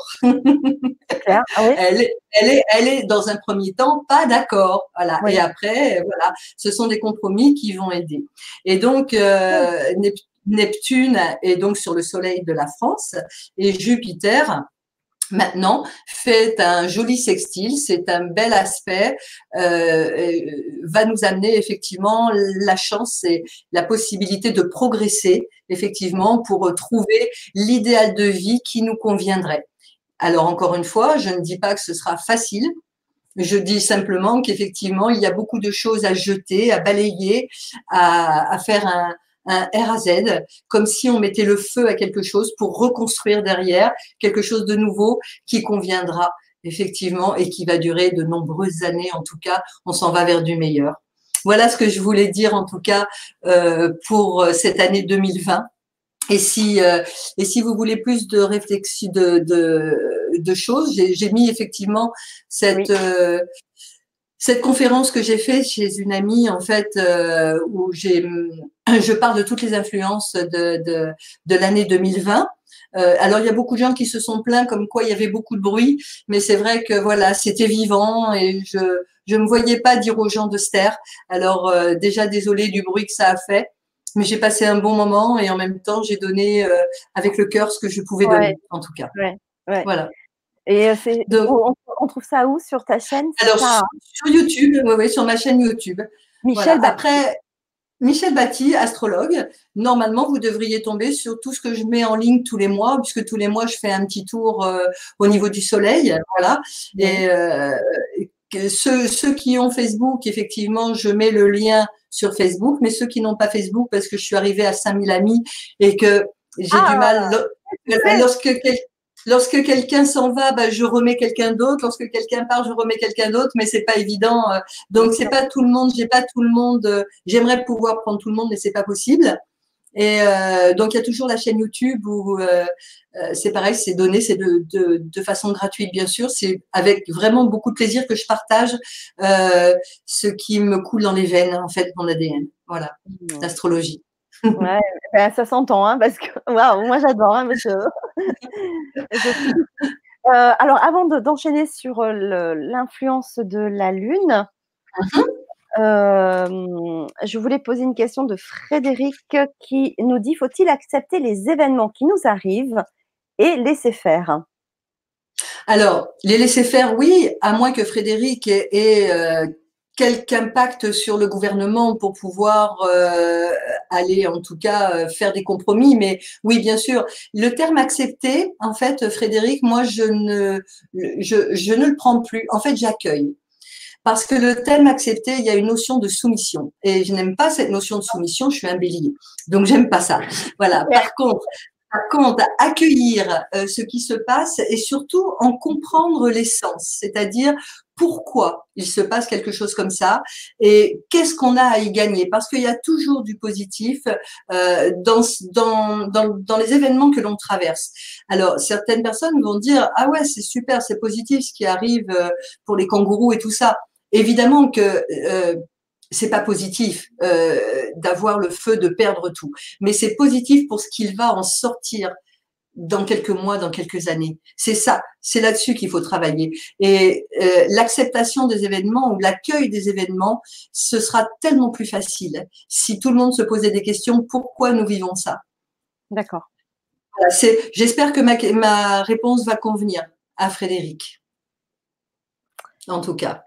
Ah oui. elle, est, elle, est, elle est dans un premier temps pas d'accord. Voilà. Oui. Et après, voilà, ce sont des compromis qui vont aider. Et donc, euh, oui. Neptune est donc sur le soleil de la France, et Jupiter, maintenant, fait un joli sextile, c'est un bel aspect, euh, va nous amener effectivement la chance et la possibilité de progresser, effectivement, pour trouver l'idéal de vie qui nous conviendrait. Alors, encore une fois, je ne dis pas que ce sera facile, je dis simplement qu'effectivement, il y a beaucoup de choses à jeter, à balayer, à, à faire un, un R à Z, comme si on mettait le feu à quelque chose pour reconstruire derrière quelque chose de nouveau qui conviendra effectivement et qui va durer de nombreuses années. En tout cas, on s'en va vers du meilleur. Voilà ce que je voulais dire en tout cas euh, pour cette année deux mille vingt. Et si, euh, et si vous voulez plus de réflexion, de, de, de choses, j'ai mis effectivement cette, oui. euh, cette conférence que j'ai faite chez une amie, en fait, euh, où j'ai, je parle de toutes les influences de, de, de l'année deux mille vingt. Euh, alors, il y a beaucoup de gens qui se sont plaints comme quoi il y avait beaucoup de bruit, mais c'est vrai que voilà, c'était vivant, et je je me voyais pas dire aux gens de se taire. Alors, euh, déjà, désolée du bruit que ça a fait. Mais j'ai passé un bon moment, et en même temps, j'ai donné euh, avec le cœur ce que je pouvais ouais. donner, en tout cas. Ouais. Ouais. Voilà. Et c'est, on, on trouve ça où sur ta chaîne? Alors, ça, hein sur YouTube, oui, oui, sur ma chaîne YouTube. Michel voilà. Après, Michel Batti, astrologue. Normalement, vous devriez tomber sur tout ce que je mets en ligne tous les mois, puisque tous les mois, je fais un petit tour euh, au niveau du soleil. Voilà. Mmh. Et euh, ceux, ceux qui ont Facebook, effectivement, je mets le lien sur Facebook, mais ceux qui n'ont pas Facebook, parce que je suis arrivée à cinq mille amis et que j'ai ah, du mal, lorsque, lorsque quelqu'un s'en va, bah, je remets quelqu'un d'autre, lorsque quelqu'un part, je remets quelqu'un d'autre, mais c'est pas évident, donc c'est pas tout le monde, j'ai pas tout le monde, j'aimerais pouvoir prendre tout le monde, mais c'est pas possible. Et euh, donc, il y a toujours la chaîne YouTube où euh, c'est pareil, c'est donné, c'est de, de, de façon gratuite, bien sûr. C'est avec vraiment beaucoup de plaisir que je partage euh, ce qui me coule dans les veines, en fait, mon A D N. Voilà, mmh. L'astrologie. Ouais, ben, ça s'entend, hein, parce que waouh, moi j'adore. Hein, je... je... Euh, alors, avant d'enchaîner sur l'influence de la Lune, mmh. Euh, je voulais poser une question de Frédéric qui nous dit, faut-il accepter les événements qui nous arrivent et laisser faire? Alors, les laisser faire, oui, à moins que Frédéric ait, ait euh, quelque impact sur le gouvernement pour pouvoir euh, aller, en tout cas, euh, faire des compromis. Mais oui, bien sûr, le terme accepter, en fait, Frédéric, moi, je ne, je, je ne le prends plus. En fait, j'accueille. Parce que le thème accepté, il y a une notion de soumission. Et je n'aime pas cette notion de soumission, je suis un bélier. Donc, j'aime pas ça. Voilà. Par contre, par contre, accueillir euh, ce qui se passe et surtout en comprendre l'essence, c'est-à-dire pourquoi il se passe quelque chose comme ça et qu'est-ce qu'on a à y gagner. Parce qu'il y a toujours du positif euh, dans, dans, dans, dans les événements que l'on traverse. Alors, certaines personnes vont dire « Ah ouais, c'est super, c'est positif ce qui arrive euh, pour les kangourous et tout ça ». Évidemment que euh, c'est pas positif euh, d'avoir le feu, de perdre tout, mais c'est positif pour ce qu'il va en sortir dans quelques mois, dans quelques années. C'est ça, c'est là-dessus qu'il faut travailler. Et euh, l'acceptation des événements ou l'accueil des événements, ce sera tellement plus facile si tout le monde se posait des questions, pourquoi nous vivons ça? D'accord. Voilà, j'espère que ma, ma réponse va convenir à Frédéric, en tout cas.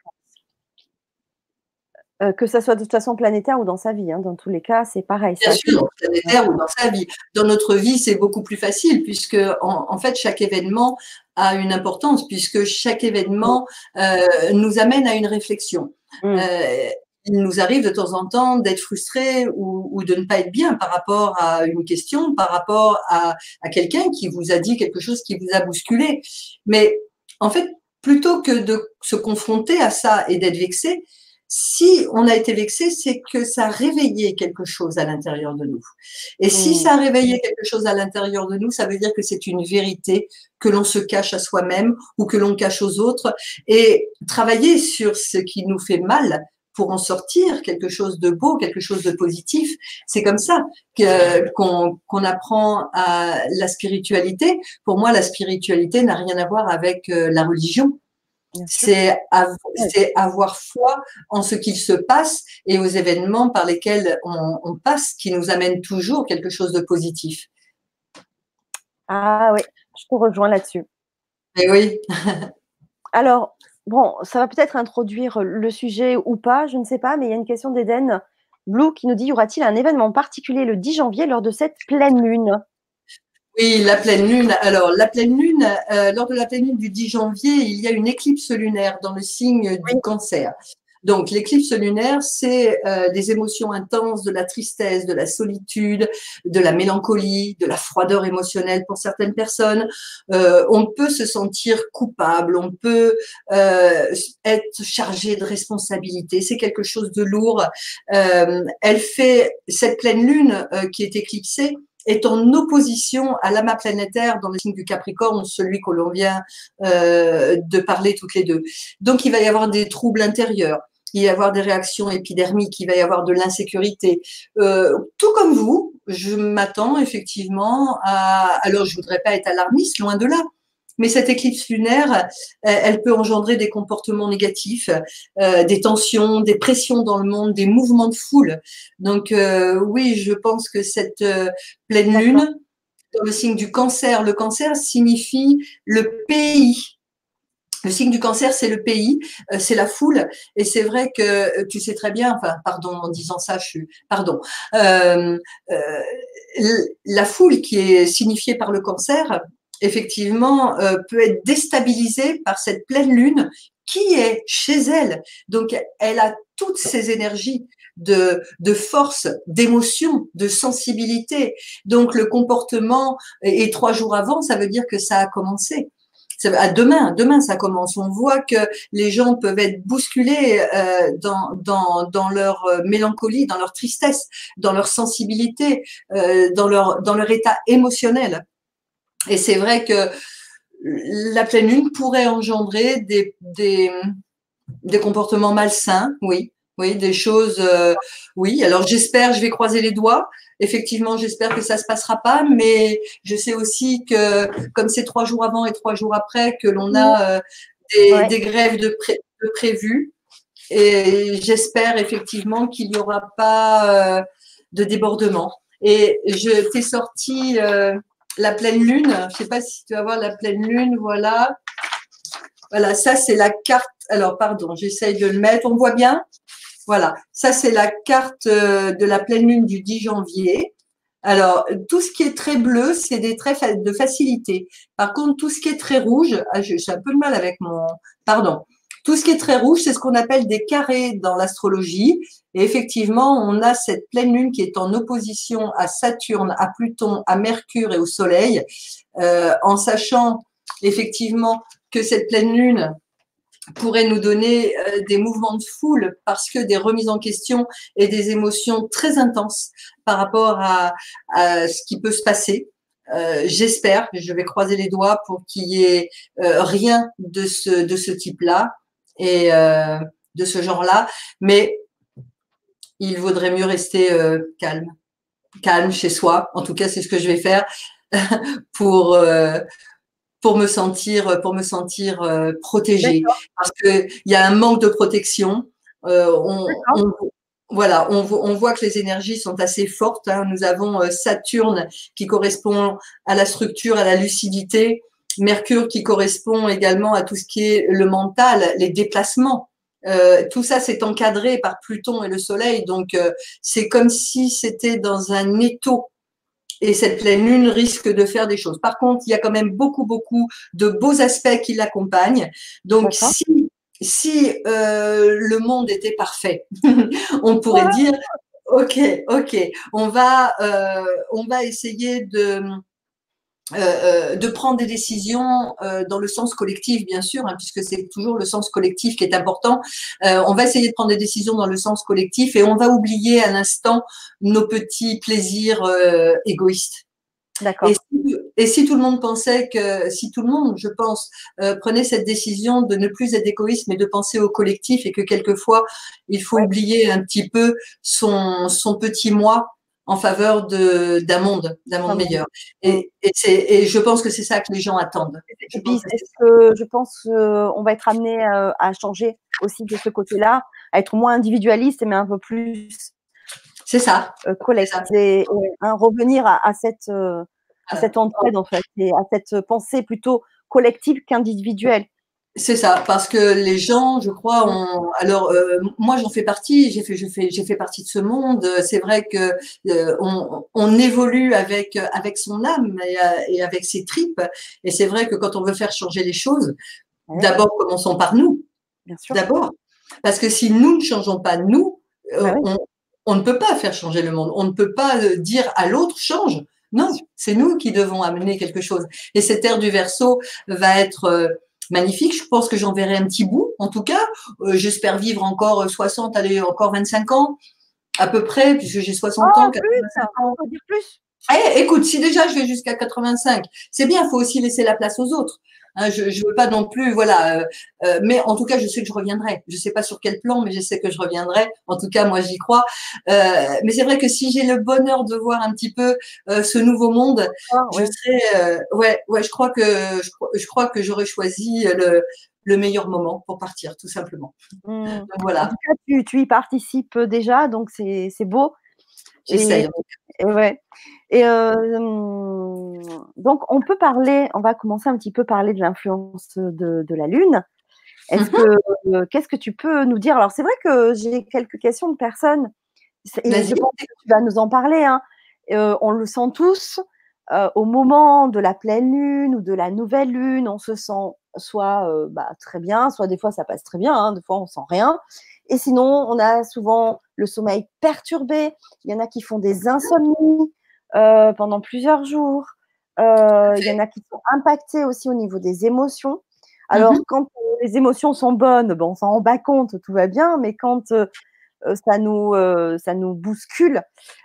Euh, que ça soit de toute façon planétaire ou dans sa vie, hein. Dans tous les cas, c'est pareil. Bien sûr, planétaire ou dans sa vie. Dans notre vie, c'est beaucoup plus facile puisque, en, en, fait, chaque événement a une importance puisque chaque événement euh, nous amène à une réflexion. Mm. Euh, il nous arrive de temps en temps d'être frustré ou, ou de ne pas être bien par rapport à une question, par rapport à, à quelqu'un qui vous a dit quelque chose qui vous a bousculé. Mais en fait, plutôt que de se confronter à ça et d'être vexé, si on a été vexé, c'est que ça a réveillé quelque chose à l'intérieur de nous. Et si ça a réveillé quelque chose à l'intérieur de nous, ça veut dire que c'est une vérité que l'on se cache à soi-même ou que l'on cache aux autres. Et travailler sur ce qui nous fait mal pour en sortir quelque chose de beau, quelque chose de positif, c'est comme ça que, qu'on, qu'on apprend à la spiritualité. Pour moi, la spiritualité n'a rien à voir avec la religion. C'est avoir foi en ce qu'il se passe et aux événements par lesquels on, on passe qui nous amènent toujours quelque chose de positif. Ah oui, je te rejoins là-dessus. Et oui. Alors, bon, ça va peut-être introduire le sujet ou pas, je ne sais pas, mais il y a une question d'Eden Blue qui nous dit, y aura-t-il un événement particulier le dix janvier lors de cette pleine lune? Oui, la pleine lune. Alors, la pleine lune, euh, lors de la pleine lune du dix janvier, il y a une éclipse lunaire dans le signe du oui. Cancer. Donc, l'éclipse lunaire, c'est euh, des émotions intenses, de la tristesse, de la solitude, de la mélancolie, de la froideur émotionnelle pour certaines personnes. Euh, on peut se sentir coupable, on peut euh, être chargé de responsabilité. C'est quelque chose de lourd. Euh, elle fait cette pleine lune euh, qui est éclipsée est en opposition à l'amas planétaire dans le signe du Capricorne, celui que l'on vient euh, de parler toutes les deux. Donc, il va y avoir des troubles intérieurs, il va y avoir des réactions épidermiques, il va y avoir de l'insécurité. Euh, tout comme vous, je m'attends effectivement à… Alors, je voudrais pas être alarmiste, loin de là. Mais cette éclipse lunaire, elle peut engendrer des comportements négatifs, euh, des tensions, des pressions dans le monde, des mouvements de foule. Donc euh, oui, je pense que cette euh, pleine lune, dans le signe du Cancer, le Cancer signifie le pays. Le signe du Cancer, c'est le pays, euh, c'est la foule, et c'est vrai que tu sais très bien, enfin, pardon, en disant ça, je suis, pardon, euh, euh, la foule qui est signifiée par le Cancer, effectivement, euh, peut être déstabilisée par cette pleine lune qui est chez elle. Donc, elle a toutes ces énergies de, de force, d'émotion, de sensibilité. Donc, le comportement, et, et trois jours avant, ça veut dire que ça a commencé. À demain, demain ça commence. On voit que les gens peuvent être bousculés euh, dans, dans, dans leur mélancolie, dans leur tristesse, dans leur sensibilité, euh, dans leur, dans leur état émotionnel. Et c'est vrai que la pleine lune pourrait engendrer des, des, des comportements malsains, oui, oui, des choses, euh, oui. Alors j'espère, je vais croiser les doigts. Effectivement, j'espère que ça se passera pas, mais je sais aussi que comme c'est trois jours avant et trois jours après que l'on a euh, des, ouais. des grèves de, pré, de prévues, et j'espère effectivement qu'il n'y aura pas euh, de débordement. Et je t'ai sorti euh, la pleine lune. Je ne sais pas si tu vas voir la pleine lune. Voilà. Voilà, ça c'est la carte. Alors, pardon, j'essaye de le mettre. On voit bien? Voilà, ça c'est la carte euh, de la pleine lune du dix janvier. Alors, tout ce qui est très bleu, c'est des traits de facilité. Par contre, tout ce qui est très rouge, ah, j'ai un peu de mal avec mon… Pardon. Tout ce qui est très rouge, c'est ce qu'on appelle des carrés dans l'astrologie. Et effectivement, on a cette pleine lune qui est en opposition à Saturne, à Pluton, à Mercure et au Soleil, euh, en sachant effectivement que cette pleine lune pourrait nous donner euh, des mouvements de foule parce que des remises en question et des émotions très intenses par rapport à, à ce qui peut se passer. Euh, j'espère, je vais croiser les doigts pour qu'il y ait euh, rien de ce, de ce type-là et euh, de ce genre-là, mais il vaudrait mieux rester euh, calme, calme chez soi. En tout cas, c'est ce que je vais faire pour… Euh, pour me sentir, pour me sentir euh, protégée. Parce qu'il y a un manque de protection. Euh, on, on, voilà, on, on voit que les énergies sont assez fortes. Hein. Nous avons euh, Saturne qui correspond à la structure, à la lucidité. Mercure qui correspond également à tout ce qui est le mental, les déplacements. Euh, tout ça, c'est encadré par Pluton et le Soleil. Donc, euh, c'est comme si c'était dans un étau. Et cette pleine lune risque de faire des choses. Par contre, il y a quand même beaucoup, beaucoup de beaux aspects qui l'accompagnent. Donc, si, si euh, le monde était parfait, on pourrait dire, ok, ok, on va, euh, on va essayer de… Euh, de prendre des décisions euh, dans le sens collectif, bien sûr, hein, puisque c'est toujours le sens collectif qui est important. Euh, on va essayer de prendre des décisions dans le sens collectif et on va oublier un instant nos petits plaisirs euh, égoïstes. D'accord. Et si, et si tout le monde pensait que, si tout le monde, je pense, euh, prenait cette décision de ne plus être égoïste, mais de penser au collectif et que quelquefois, il faut ouais. oublier un petit peu son, son petit moi en faveur de, d'un monde, d'un monde meilleur. Et, et, c'est, et je pense que c'est ça que les gens attendent. Je pense que, que je pense euh, on va être amené euh, à changer aussi de ce côté-là, à être moins individualiste, mais un peu plus c'est ça. Euh, collectif et, et hein, revenir à, à cette euh, à cette entraide en fait, et à cette pensée plutôt collective qu'individuelle. C'est ça, parce que les gens, je crois, ont… Alors, euh, moi, j'en fais partie. J'ai fait, je fais, j'ai fait partie de ce monde. C'est vrai que euh, on, on évolue avec avec son âme et, et avec ses tripes. Et c'est vrai que quand on veut faire changer les choses, ouais. d'abord commençons par nous. Bien sûr. D'abord, parce que si nous ne changeons pas nous, bah on, oui. on ne peut pas faire changer le monde. On ne peut pas dire à l'autre change. Non, c'est nous qui devons amener quelque chose. Et cette ère du Verseau va être euh, magnifique. Je pense que j'en verrai un petit bout, en tout cas. Euh, j'espère vivre encore soixante, allez, encore vingt-cinq ans, à peu près, puisque j'ai soixante oh, ans. Plus, on peut dire plus. Eh, écoute, si déjà je vais jusqu'à quatre-vingt-cinq, c'est bien, il faut aussi laisser la place aux autres. Hein, je ne veux pas non plus, voilà. Euh, euh, mais en tout cas, je sais que je reviendrai. Je ne sais pas sur quel plan, mais je sais que je reviendrai. En tout cas, moi, j'y crois. Euh, mais c'est vrai que si j'ai le bonheur de voir un petit peu euh, ce nouveau monde, ah, ouais. je serais, euh, ouais, ouais, je crois que je, je crois que j'aurais choisi le le meilleur moment pour partir, tout simplement. Mmh. Donc, voilà. En tout cas, tu, tu y participes déjà, donc c'est c'est beau. J'essaye. Et, et ouais. Et euh, donc, on peut parler, on va commencer un petit peu parler de l'influence de, de la Lune. Est-ce mm-hmm. que, euh, qu'est-ce que tu peux nous dire? Alors, c'est vrai que j'ai quelques questions de personnes, et je pense que tu vas nous en parler. Hein. Euh, on le sent tous, euh, au moment de la pleine Lune ou de la nouvelle Lune, on se sent soit euh, bah, très bien, soit des fois ça passe très bien, hein, des fois on sent rien. Et sinon, on a souvent le sommeil perturbé. Il y en a qui font des insomnies euh, pendant plusieurs jours. Euh, il y en a qui sont impactés aussi au niveau des émotions. Alors, mm-hmm. quand euh, les émotions sont bonnes, bon, on s'en rend pas compte, tout va bien. Mais quand euh, ça, nous, euh, ça nous bouscule,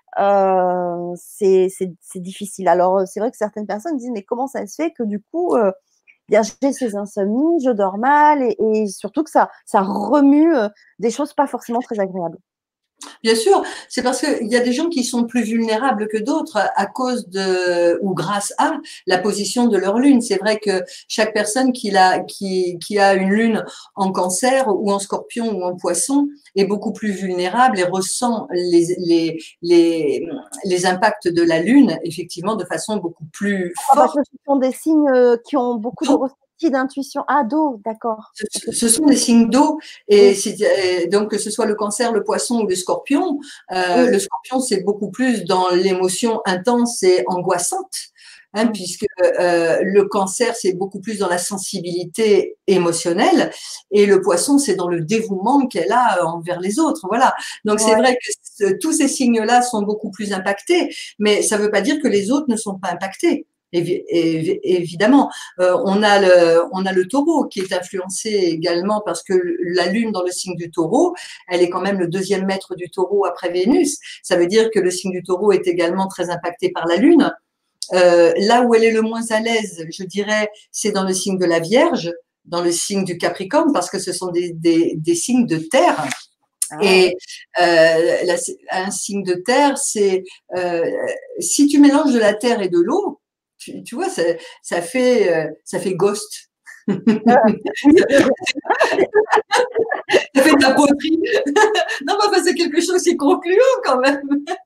euh, c'est difficile. Alors, c'est vrai que certaines personnes disent, mais comment ça se fait que du coup… Euh, bien, j'ai ces insomnies, je dors mal et, et surtout que ça, ça remue euh, des choses pas forcément très agréables. Bien sûr, c'est parce qu'il y a des gens qui sont plus vulnérables que d'autres à cause de ou grâce à la position de leur lune. C'est vrai que chaque personne qui a, qui, qui a une lune en cancer ou en scorpion ou en poisson est beaucoup plus vulnérable et ressent les, les, les, les impacts de la lune effectivement de façon beaucoup plus Ah, parce forte. que ce sont des signes euh, qui ont beaucoup de ressenti, d'intuition. Ah, d'eau, d'accord. Ce, ce sont des signes d'eau et Oui, c'est- euh, donc que ce soit le cancer, le poisson ou le scorpion, euh, oui, le scorpion c'est beaucoup plus dans l'émotion intense et angoissante, hein, oui, puisque euh, le cancer c'est beaucoup plus dans la sensibilité émotionnelle et le poisson c'est dans le dévouement qu'elle a envers les autres. Voilà. Donc c'est ouais. vrai que ce- tous ces signes-là sont beaucoup plus impactés, mais ça ne veut pas dire que les autres ne sont pas impactés. Évi- évi- évidemment. Euh, on a le, on a le taureau qui est influencé également parce que la lune dans le signe du taureau, elle est quand même le deuxième maître du taureau après Vénus. Ça veut dire que le signe du taureau est également très impacté par la lune. Euh, là où elle est le moins à l'aise, je dirais, c'est dans le signe de la Vierge, dans le signe du Capricorne, parce que ce sont des, des, des signes de terre. Ah, ouais. Et euh, là, un signe de terre, c'est euh, si tu mélanges de la terre et de l'eau, tu, tu vois, ça, ça fait euh, ça fait ghost. Euh, oui, c'est vrai. Ça fait de la poterie. Non, mais enfin, c'est quelque chose qui est concluant quand même.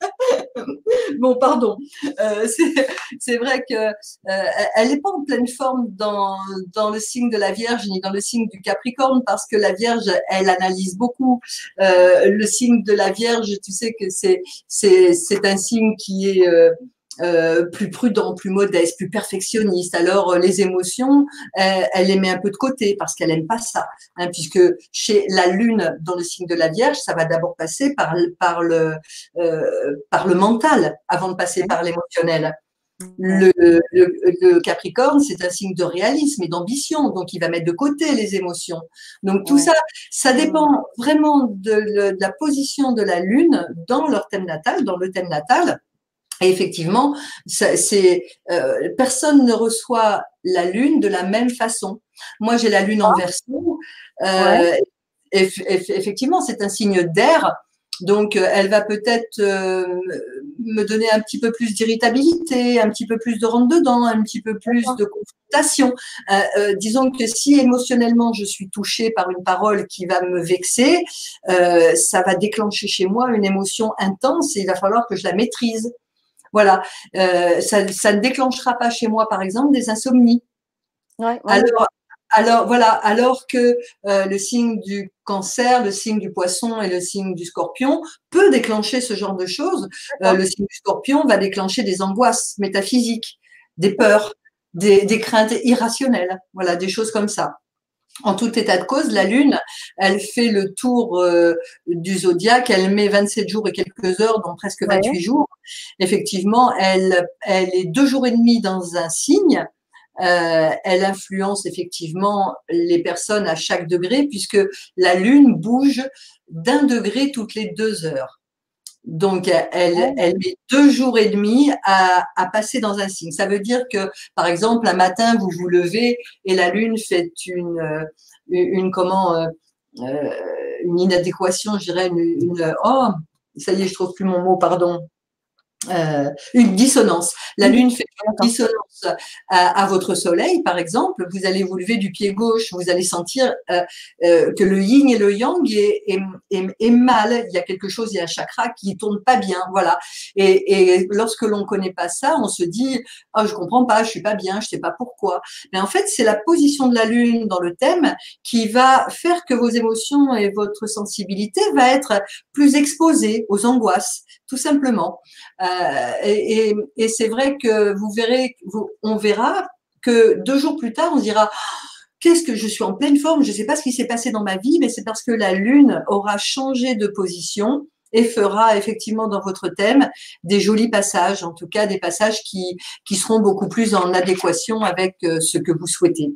Bon, pardon. Euh, c'est vrai que euh, elle n'est pas en pleine forme dans, dans le signe de la Vierge ni dans le signe du Capricorne parce que la Vierge, elle analyse beaucoup. Euh, le signe de la Vierge, tu sais que c'est c'est c'est un signe qui est euh, euh, plus prudent, plus modeste, plus perfectionniste. Alors euh, les émotions, elle, elle les met un peu de côté parce qu'elle aime pas ça, hein, puisque chez la Lune dans le signe de la Vierge, ça va d'abord passer par par le euh, par le mental avant de passer par l'émotionnel. Ouais. Le, le, le, Capricorne, c'est un signe de réalisme et d'ambition, donc il va mettre de côté les émotions. Donc tout Ouais. ça, ça dépend vraiment de, le, de la position de la Lune dans leur thème natal, dans le thème natal. Et effectivement, c'est euh, personne ne reçoit la Lune de la même façon. Moi, j'ai la Lune en Verseau. Ouais. Euh, eff, eff, effectivement, c'est un signe d'air. Donc, euh, elle va peut-être euh, me donner un petit peu plus d'irritabilité, un petit peu plus de rentre-dedans, un petit peu plus D'accord. de confrontation. Euh, euh, disons que si émotionnellement je suis touchée par une parole qui va me vexer, euh, ça va déclencher chez moi une émotion intense et il va falloir que je la maîtrise. Voilà, euh, ça, ça ne déclenchera pas chez moi, par exemple, des insomnies. Ouais, ouais, ouais. Alors, alors voilà, alors que euh, le signe du cancer, le signe du poisson et le signe du scorpion peut déclencher ce genre de choses. Euh, D'accord. le signe du scorpion va déclencher des angoisses métaphysiques, des peurs, des, des craintes irrationnelles, voilà, des choses comme ça. En tout état de cause, la Lune, elle fait le tour euh, du zodiaque, elle met vingt-sept jours et quelques heures, donc presque Ouais. vingt-huit jours. Effectivement, elle, elle est deux jours et demi dans un signe. Euh, elle influence effectivement les personnes à chaque degré, puisque la Lune bouge d'un degré toutes les deux heures. Donc, elle, Ouais. elle met deux jours et demi à, à passer dans un signe. Ça veut dire que, par exemple, un matin, vous vous levez et la Lune fait une, euh, une, une comment, euh, euh, une inadéquation, je dirais, une, une, oh, ça y est, je trouve plus mon mot, pardon. Euh, une dissonance. La Oui. Lune fait une D'accord. dissonance à, à votre Soleil, par exemple. Vous allez vous lever du pied gauche, vous allez sentir euh, euh, que le Yin et le Yang est, est, est, est mal. Il y a quelque chose, il y a un chakra qui tourne pas bien, voilà. Et, et lorsque l'on connaît pas ça, on se dit, oh, je comprends pas, je suis pas bien, je sais pas pourquoi. Mais en fait, c'est la position de la Lune dans le thème qui va faire que vos émotions et votre sensibilité va être plus exposée aux angoisses, tout simplement. Euh, et, et, et c'est vrai que vous verrez, vous, on verra que deux jours plus tard, on dira qu'est-ce que je suis en pleine forme, je ne sais pas ce qui s'est passé dans ma vie, mais c'est parce que la Lune aura changé de position et fera effectivement dans votre thème des jolis passages, en tout cas des passages qui, qui seront beaucoup plus en adéquation avec ce que vous souhaitez.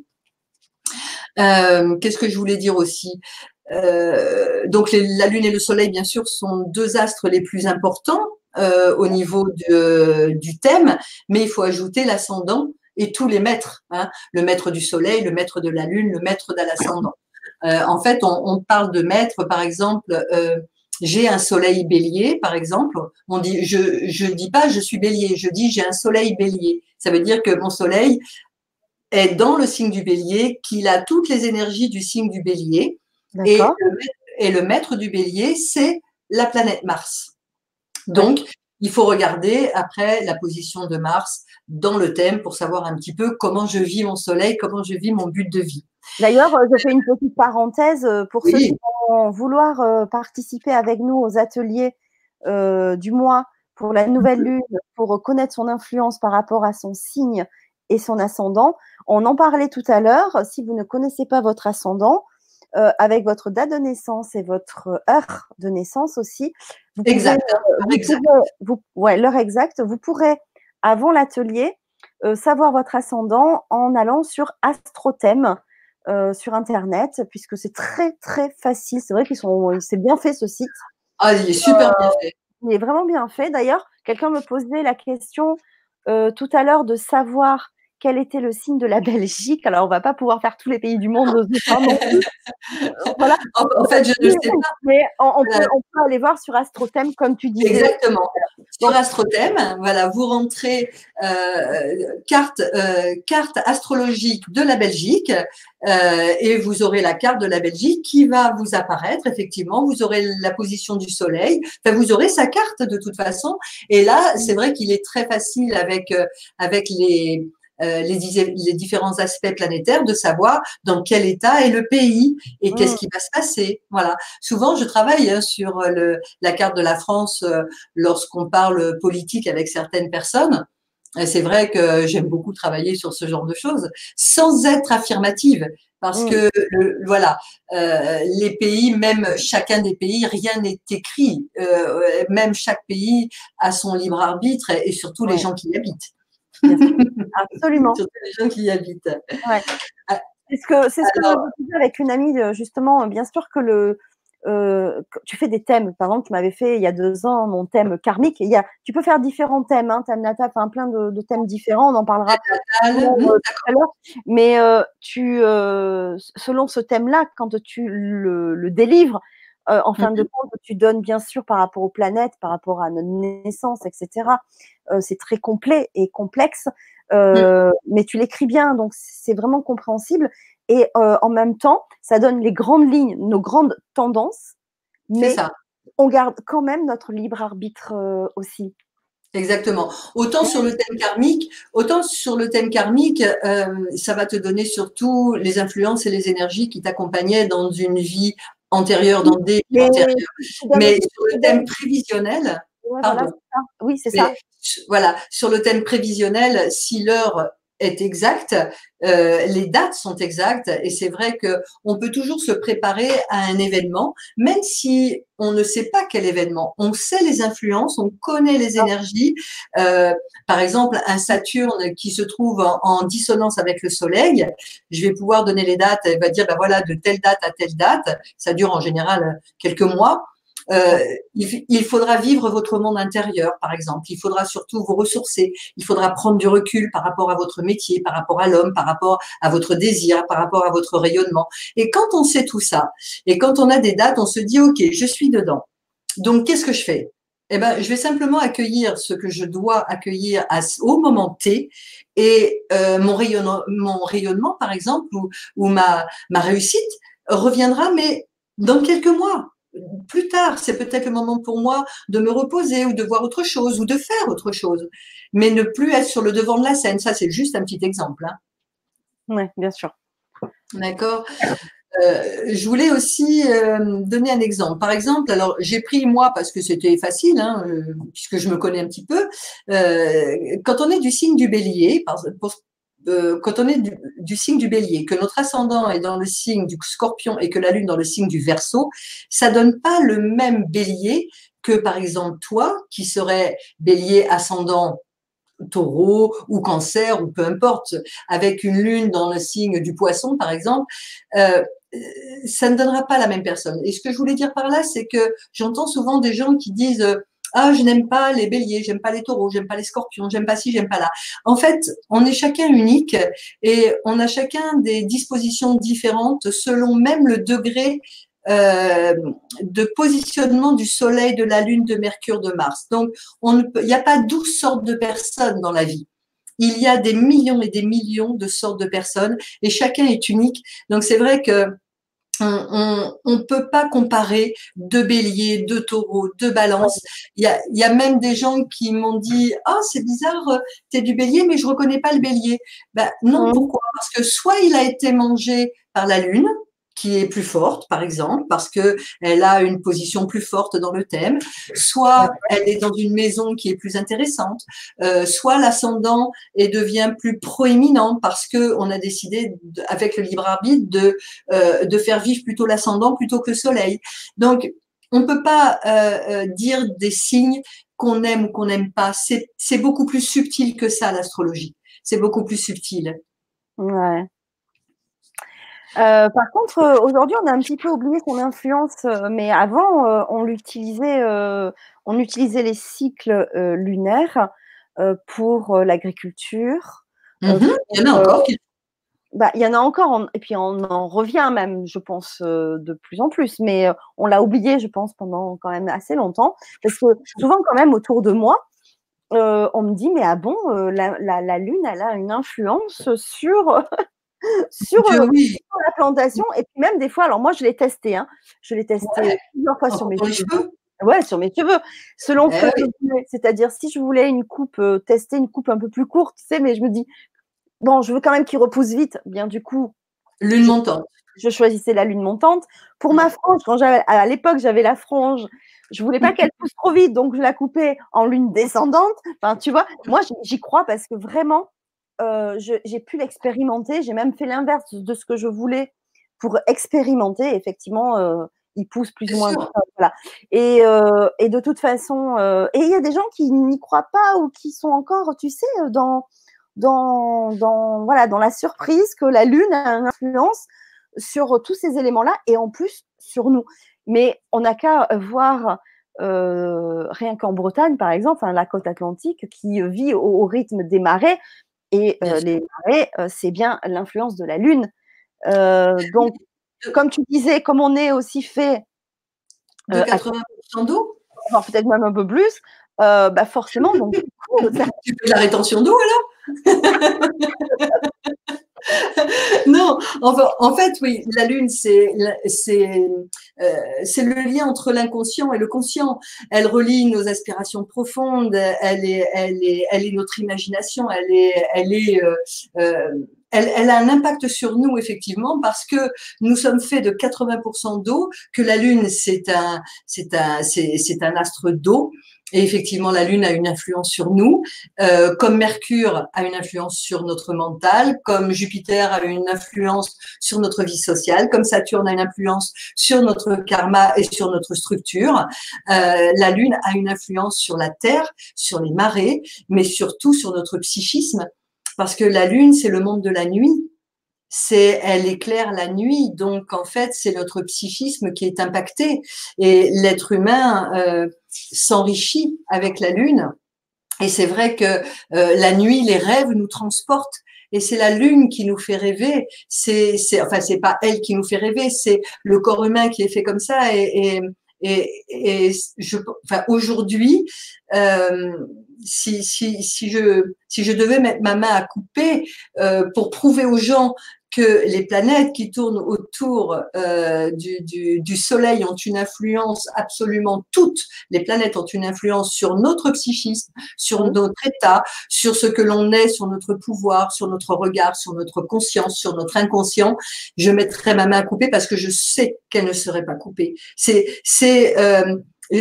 Euh, qu'est-ce que je voulais dire aussi? Euh, donc les, la Lune et le Soleil, bien sûr, sont deux astres les plus importants euh, au niveau de, du thème, mais il faut ajouter l'ascendant et tous les maîtres, hein, le maître du Soleil, le maître de la Lune, le maître de l'ascendant. Euh, en fait, on, on parle de maîtres, par exemple, euh, j'ai un soleil bélier, par exemple, on dit, je je dis pas je suis bélier, je dis j'ai un soleil bélier. Ça veut dire que mon soleil est dans le signe du bélier, qu'il a toutes les énergies du signe du bélier. Et le, et le maître du bélier, c'est la planète Mars. Donc, ouais. Il faut regarder après la position de Mars dans le thème pour savoir un petit peu comment je vis mon soleil, comment je vis mon but de vie. D'ailleurs, je fais une petite parenthèse pour oui. ceux qui vont vouloir participer avec nous aux ateliers euh, du mois pour la nouvelle lune, pour connaître son influence par rapport à son signe et son ascendant. On en parlait tout à l'heure. Si vous ne connaissez pas votre ascendant, euh, avec votre date de naissance et votre heure de naissance aussi, vous pouvez, exact. Euh, vous exact. Pouvez, vous, ouais, l'heure exacte, vous pourrez, avant l'atelier, euh, savoir votre ascendant en allant sur Astrothème euh, sur Internet, puisque c'est très, très facile. C'est vrai qu'ils sont, c'est bien fait ce site. Ah, il est super euh, bien fait. Il est vraiment bien fait. D'ailleurs, quelqu'un me posait la question euh, tout à l'heure de savoir quel était le signe de la Belgique. Alors, on ne va pas pouvoir faire tous les pays du monde non plus. Voilà. En, en fait, je ne sais pas. Mais on, on, peut, on peut aller voir sur Astrothème, comme tu disais. Exactement. Sur Astrothème, voilà, vous rentrez euh, carte, euh, carte astrologique de la Belgique euh, et vous aurez la carte de la Belgique qui va vous apparaître. Effectivement, vous aurez la position du soleil. Enfin, vous aurez sa carte de toute façon. Et là, c'est vrai qu'il est très facile avec euh, avec les Euh, les, les différents aspects planétaires, de savoir dans quel état est le pays et mmh. qu'est-ce qui va se passer. Voilà. Souvent, je travaille hein, sur le, la carte de la France euh, lorsqu'on parle politique avec certaines personnes. Et c'est vrai que j'aime beaucoup travailler sur ce genre de choses, sans être affirmative. Parce mmh. que le, voilà, euh, les pays, même chacun des pays, rien n'est écrit. Euh, même chaque pays a son libre arbitre et, et surtout ouais. les gens qui y habitent. Absolument. Surtout les gens qui y habitent. Ouais. C'est ce que, c'est ce Alors, que je disais avec une amie, justement. Bien sûr que le, euh, tu fais des thèmes. Par exemple, tu m'avais fait il y a deux ans mon thème karmique. Il y a, tu peux faire différents thèmes, hein, thème natal, enfin plein de, de thèmes différents. On en parlera natal, euh, tout à l'heure. Mais euh, tu, euh, selon ce thème-là, quand tu le, le délivres, Euh, en fin mm-hmm. de compte, tu donnes bien sûr par rapport aux planètes, par rapport à notre naissance, et cetera. Euh, c'est très complet et complexe, euh, mm. mais tu l'écris bien, donc c'est vraiment compréhensible. Et euh, en même temps, ça donne les grandes lignes, nos grandes tendances, mais ça. on garde quand même notre libre arbitre euh, aussi. Exactement. Autant sur le thème karmique, autant sur le thème karmique, euh, ça va te donner surtout les influences et les énergies qui t'accompagnaient dans une vie antérieure, dans des vies antérieures. Mais sur le thème prévisionnel, ouais, pardon. Voilà, c'est ça. Oui, c'est Mais, ça. Voilà, sur le thème prévisionnel, si l'heure est exacte, euh, les dates sont exactes et c'est vrai que on peut toujours se préparer à un événement, même si on ne sait pas quel événement. On sait les influences, on connaît les énergies. Euh, par exemple, un Saturne qui se trouve en, en dissonance avec le Soleil, je vais pouvoir donner les dates. Elle va dire, ben voilà, de telle date à telle date. Ça dure en général quelques mois. Euh, il, il faudra vivre votre monde intérieur, par exemple. Il faudra surtout vous ressourcer. Il faudra prendre du recul par rapport à votre métier, par rapport à l'homme, par rapport à votre désir, par rapport à votre rayonnement. Et quand on sait tout ça, et quand on a des dates, on se dit, OK, je suis dedans. Donc, qu'est-ce que je fais? Eh ben, je vais simplement accueillir ce que je dois accueillir à, au moment T et euh, mon rayonnement, mon rayonnement, par exemple, ou, ou ma, ma réussite reviendra, mais dans quelques mois. Plus tard, c'est peut-être le moment pour moi de me reposer ou de voir autre chose ou de faire autre chose, mais ne plus être sur le devant de la scène. Ça, c'est juste un petit exemple. Hein. Oui, bien sûr. D'accord. Euh, je voulais aussi euh, donner un exemple. Par exemple, alors j'ai pris moi parce que c'était facile, hein, euh, puisque je me connais un petit peu. Euh, quand on est du signe du Bélier, par, pour, Euh, quand on est du, du signe du Bélier, que notre ascendant est dans le signe du Scorpion et que la Lune dans le signe du Verseau, ça donne pas le même Bélier que par exemple toi, qui serais Bélier ascendant Taureau ou Cancer ou peu importe, avec une Lune dans le signe du Poisson par exemple. Euh, ça ne donnera pas la même personne. Et ce que je voulais dire par là, c'est que j'entends souvent des gens qui disent euh, ah, je n'aime pas les béliers, j'aime pas les taureaux, j'aime pas les scorpions, j'aime pas ci, j'aime pas là. En fait, on est chacun unique et on a chacun des dispositions différentes selon même le degré euh, de positionnement du Soleil, de la Lune, de Mercure, de Mars. Donc, on ne peut, il n'y a pas douze sortes de personnes dans la vie. Il y a des millions et des millions de sortes de personnes et chacun est unique. Donc, c'est vrai que on ne peut pas comparer deux béliers, deux taureaux, deux balances. Il y a, il y a même des gens qui m'ont dit « Ah, oh, c'est bizarre, tu es du bélier, mais je ne reconnais pas le bélier. » Ben non, mmh. Pourquoi? Parce que soit il a été mangé par la lune, qui est plus forte, par exemple, parce qu'elle a une position plus forte dans le thème, soit elle est dans une maison qui est plus intéressante, euh, soit l'ascendant et devient plus proéminent parce qu'on a décidé, de, avec le libre arbitre, de, euh, de faire vivre plutôt l'ascendant plutôt que le soleil. Donc, on ne peut pas euh, dire des signes qu'on aime ou qu'on n'aime pas. C'est beaucoup plus subtil que ça, l'astrologie. C'est beaucoup plus subtil. Ouais. Euh, par contre, euh, aujourd'hui, on a un petit peu oublié son influence, euh, mais avant, euh, on l'utilisait, euh, on utilisait les cycles euh, lunaires euh, pour euh, l'agriculture. Euh, mmh, il y en a encore qui... Bah, il y en a encore, on, et puis on en revient même, je pense, euh, de plus en plus, mais euh, on l'a oublié, je pense, pendant quand même assez longtemps, parce que souvent, quand même, autour de moi, euh, on me dit, mais ah bon, euh, la, la, la Lune, elle a une influence sur... Sur, Dieu, euh, oui. sur la plantation, et puis même des fois, alors moi je l'ai testé, hein, je l'ai testé ouais. plusieurs fois en sur mes cheveux. cheveux. Ouais, sur mes cheveux, selon eh ce que oui. je voulais. C'est-à-dire, si je voulais une coupe, euh, tester une coupe un peu plus courte, tu sais, mais je me dis, bon, je veux quand même qu'il repousse vite. Bien du coup, lune je, montante. Je choisissais la lune montante. Pour mmh. ma frange, quand j'avais, à l'époque, j'avais la frange, je voulais pas qu'elle pousse trop vite, donc je la coupais en lune descendante. Enfin, tu vois, moi, j'y crois parce que vraiment, Euh, j'ai pu l'expérimenter. J'ai même fait l'inverse de ce que je voulais pour expérimenter. Effectivement, euh, il pousse plus ou moins. Voilà. Et, euh, et de toute façon, euh, et il y a des gens qui n'y croient pas ou qui sont encore, tu sais, dans, dans, dans, voilà, dans la surprise que la Lune a une influence sur tous ces éléments-là et en plus sur nous. Mais on n'a qu'à voir euh, rien qu'en Bretagne, par exemple, hein, la côte atlantique qui vit au, au rythme des marées. Et euh, les marées, euh, c'est bien l'influence de la Lune. Euh, donc, comme tu disais, comme on est aussi fait… Euh, de quatre-vingts pour cent d'eau, peut-être même un peu plus, euh, bah forcément… Donc, du coup, ça... tu fais de la rétention d'eau, alors. Non, enfin, en fait, oui, la Lune, c'est euh, le lien entre l'inconscient et le conscient. Elle relie nos aspirations profondes, elle est, elle est, elle est notre imagination, elle est, elle est, euh, euh, elle, elle a un impact sur nous, effectivement, parce que nous sommes faits de quatre-vingts pour cent d'eau, que la Lune, c'est un, c'est un, c'est un astre d'eau. Et effectivement, la Lune a une influence sur nous, euh, comme Mercure a une influence sur notre mental, comme Jupiter a une influence sur notre vie sociale, comme Saturne a une influence sur notre karma et sur notre structure. Euh, la Lune a une influence sur la Terre, sur les marées, mais surtout sur notre psychisme, parce que la Lune, c'est le monde de la nuit. C'est, elle éclaire la nuit, donc en fait c'est notre psychisme qui est impacté et l'être humain euh, s'enrichit avec la lune. Et c'est vrai que euh, la nuit, les rêves nous transportent et c'est la lune qui nous fait rêver. C'est, c'est, enfin c'est pas elle qui nous fait rêver, c'est le corps humain qui est fait comme ça. Et, et, et, et je, enfin aujourd'hui. Euh, Si, si, si, je, si je devais mettre ma main à couper euh, pour prouver aux gens que les planètes qui tournent autour euh, du, du, du Soleil ont une influence, absolument toutes les planètes ont une influence sur notre psychisme, sur notre état, sur ce que l'on est, sur notre pouvoir, sur notre regard, sur notre conscience, sur notre inconscient, je mettrais ma main à couper parce que je sais qu'elle ne serait pas coupée. C'est, c'est, euh,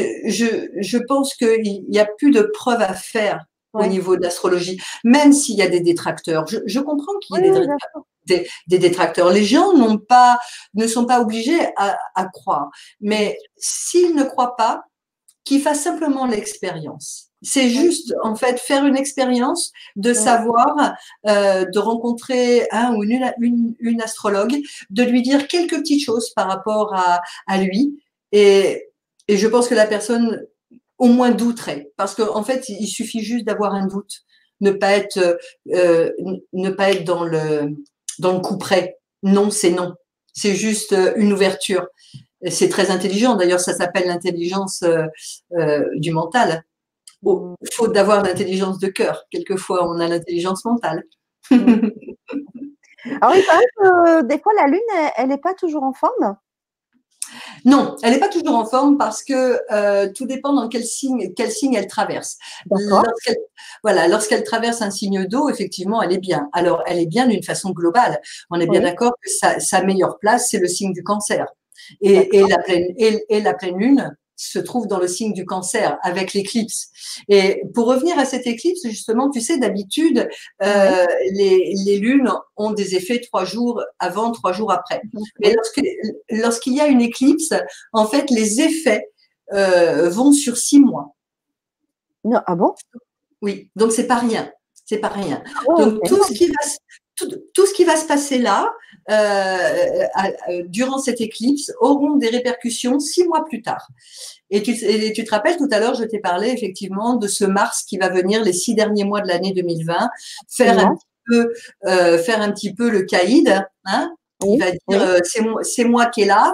je, je pense qu'il n'y a plus de preuves à faire ouais. au niveau de l'astrologie, même s'il y a des détracteurs. Je, je comprends qu'il y ait oui, des, des, des détracteurs. Les gens n'ont pas, ne sont pas obligés à, à croire. Mais s'ils ne croient pas, qu'ils fassent simplement l'expérience. C'est juste, en fait, faire une expérience de savoir, euh, de rencontrer un ou une, une, une astrologue, de lui dire quelques petites choses par rapport à, à lui. Et Et je pense que la personne, au moins, douterait. Parce qu'en en fait, il suffit juste d'avoir un doute. Ne pas être, euh, ne pas être dans le, dans le coup près. Non, c'est non. C'est juste une ouverture. C'est très intelligent. D'ailleurs, ça s'appelle l'intelligence euh, euh, du mental. Bon, faute d'avoir l'intelligence de cœur. Quelquefois, on a l'intelligence mentale. Mm. Alors, il paraît que des fois, la Lune, elle n'est pas toujours en forme. Non, elle n'est pas toujours en forme parce que euh, tout dépend dans quel signe, quel signe elle traverse. Lorsqu'elle, voilà, lorsqu'elle traverse un signe d'eau, effectivement, elle est bien. Alors, elle est bien d'une façon globale. On est bien oui. d'accord que sa, sa meilleure place, c'est le signe du Cancer. Et, et, la pleine, et, et la pleine lune se trouve dans le signe du Cancer avec l'éclipse. Et pour revenir à cette éclipse, justement, tu sais, d'habitude, euh, oui. les, les lunes ont des effets trois jours avant, trois jours après. Oui. Mais lorsque, lorsqu'il y a une éclipse, en fait, les effets euh, vont sur six mois. Non, ah bon? Oui, donc c'est pas rien. C'est pas rien. Oh, donc okay. tout ce qui va tout, tout ce qui va se passer là, euh, euh, durant cette éclipse, auront des répercussions six mois plus tard. Et tu, et tu te rappelles, tout à l'heure, je t'ai parlé effectivement de ce Mars qui va venir les six derniers mois de l'année deux mille vingt, faire, ouais. un, petit peu, euh, faire un petit peu le caïd, hein. Il va dire, oui. euh, c'est moi, c'est moi qui est là,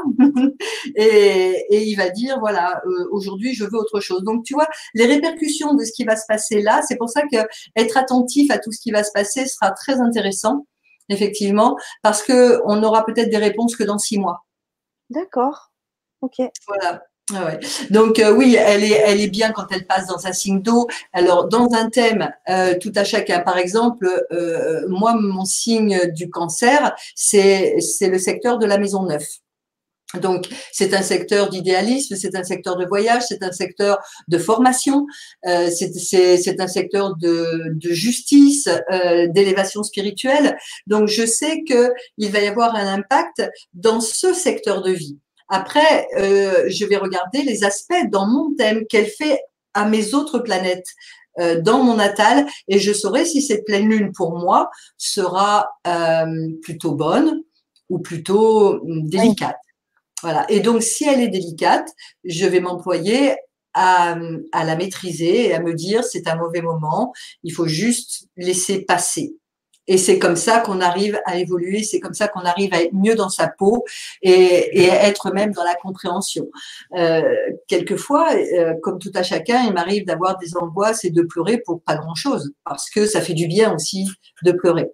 et, et il va dire, voilà, euh, aujourd'hui, je veux autre chose. Donc, tu vois, les répercussions de ce qui va se passer là, c'est pour ça que être attentif à tout ce qui va se passer sera très intéressant, effectivement, parce que on aura peut-être des réponses que dans six mois. D'accord. Ok. Voilà. Ah ouais. Donc euh, oui, elle est, elle est bien quand elle passe dans un signe d'eau. Alors dans un thème, euh, tout à chacun. Par exemple, euh, moi, mon signe du Cancer, c'est c'est le secteur de la maison neuve. Donc c'est un secteur d'idéalisme, c'est un secteur de voyage, c'est un secteur de formation, euh, c'est c'est c'est un secteur de de justice, euh, d'élévation spirituelle. Donc je sais que il va y avoir un impact dans ce secteur de vie. Après, euh, je vais regarder les aspects dans mon thème qu'elle fait à mes autres planètes euh, dans mon natal et je saurai si cette pleine lune pour moi sera euh, plutôt bonne ou plutôt délicate. Voilà. Et donc, si elle est délicate, je vais m'employer à, à la maîtriser et à me dire c'est un mauvais moment, il faut juste laisser passer. Et c'est comme ça qu'on arrive à évoluer, c'est comme ça qu'on arrive à être mieux dans sa peau et, et à être même dans la compréhension. Euh, quelquefois, euh, comme tout à chacun, il m'arrive d'avoir des angoisses et de pleurer pour pas grand-chose, parce que ça fait du bien aussi de pleurer.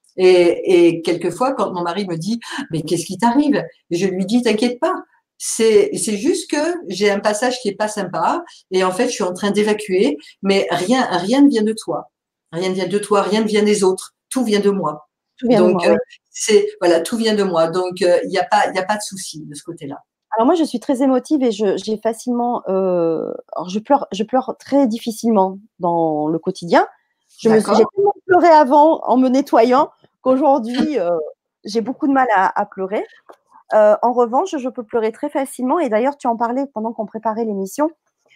Et, et quelquefois, quand mon mari me dit « mais qu'est-ce qui t'arrive ?» Je lui dis « t'inquiète pas, c'est c'est juste que j'ai un passage qui est pas sympa et en fait, je suis en train d'évacuer, mais rien rien ne vient de toi. Rien ne vient de toi, rien ne vient des autres. Tout vient de moi. Tout vient Donc, de moi, oui. euh, c'est voilà, tout vient de moi. Donc, il euh, n'y a pas il y a pas de souci de ce côté-là. Alors moi, je suis très émotive et je, j'ai facilement, euh, alors je pleure, je pleure très difficilement dans le quotidien. Je me suis, j'ai tellement pleuré avant en me nettoyant qu'aujourd'hui, euh, j'ai beaucoup de mal à, à pleurer. Euh, en revanche, je peux pleurer très facilement. Et d'ailleurs, tu en parlais pendant qu'on préparait l'émission.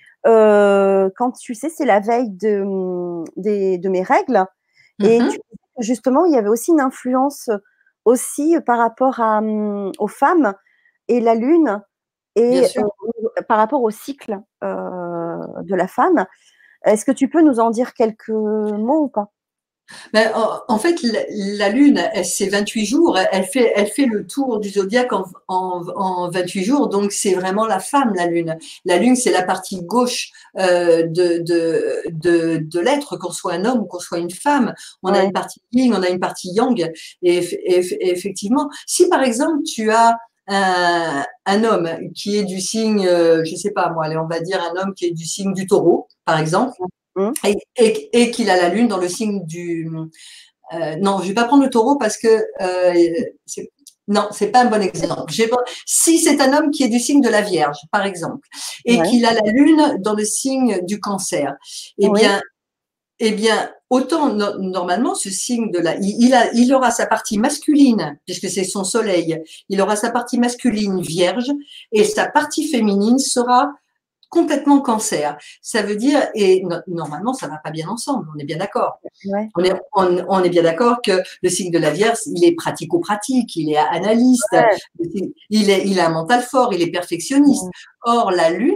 Euh, quand tu sais, c'est la veille de, de, de mes règles. Et mm-hmm. tu sais que justement, il y avait aussi une influence aussi par rapport à, aux femmes et la lune et euh, par rapport au cycle euh, de la femme. Est-ce que tu peux nous en dire quelques mots ou pas? Ben, en fait, la, la Lune, c'est vingt-huit jours. Elle fait, elle fait le tour du zodiaque en, en, en vingt-huit jours. Donc, c'est vraiment la femme, la Lune. La Lune, c'est la partie gauche euh, de, de, de, de l'être, qu'on soit un homme ou qu'on soit une femme. On ouais. a une partie yin, on a une partie yang. Et, et, et effectivement, si par exemple, tu as un, un homme qui est du signe, euh, je sais pas moi, allez, on va dire un homme qui est du signe du taureau, par exemple, et, et, et qu'il a la lune dans le signe du… Euh, non, je vais pas prendre le taureau parce que… Euh, c'est, non, c'est pas un bon exemple. J'ai pas, si c'est un homme qui est du signe de la Vierge, par exemple, et ouais. qu'il a la lune dans le signe du Cancer, eh ouais. bien, eh bien, autant no, normalement ce signe de la… Il, il, a, il aura sa partie masculine, puisque c'est son soleil, il aura sa partie masculine Vierge, et sa partie féminine sera complètement Cancer. Ça veut dire, et no, normalement, ça va pas bien ensemble, on est bien d'accord. Ouais. On, est, on, on est bien d'accord que le signe de la Vierge, il est pratico-pratique, il est analyste, ouais. il, est, il a un mental fort, il est perfectionniste. Ouais. Or, la Lune,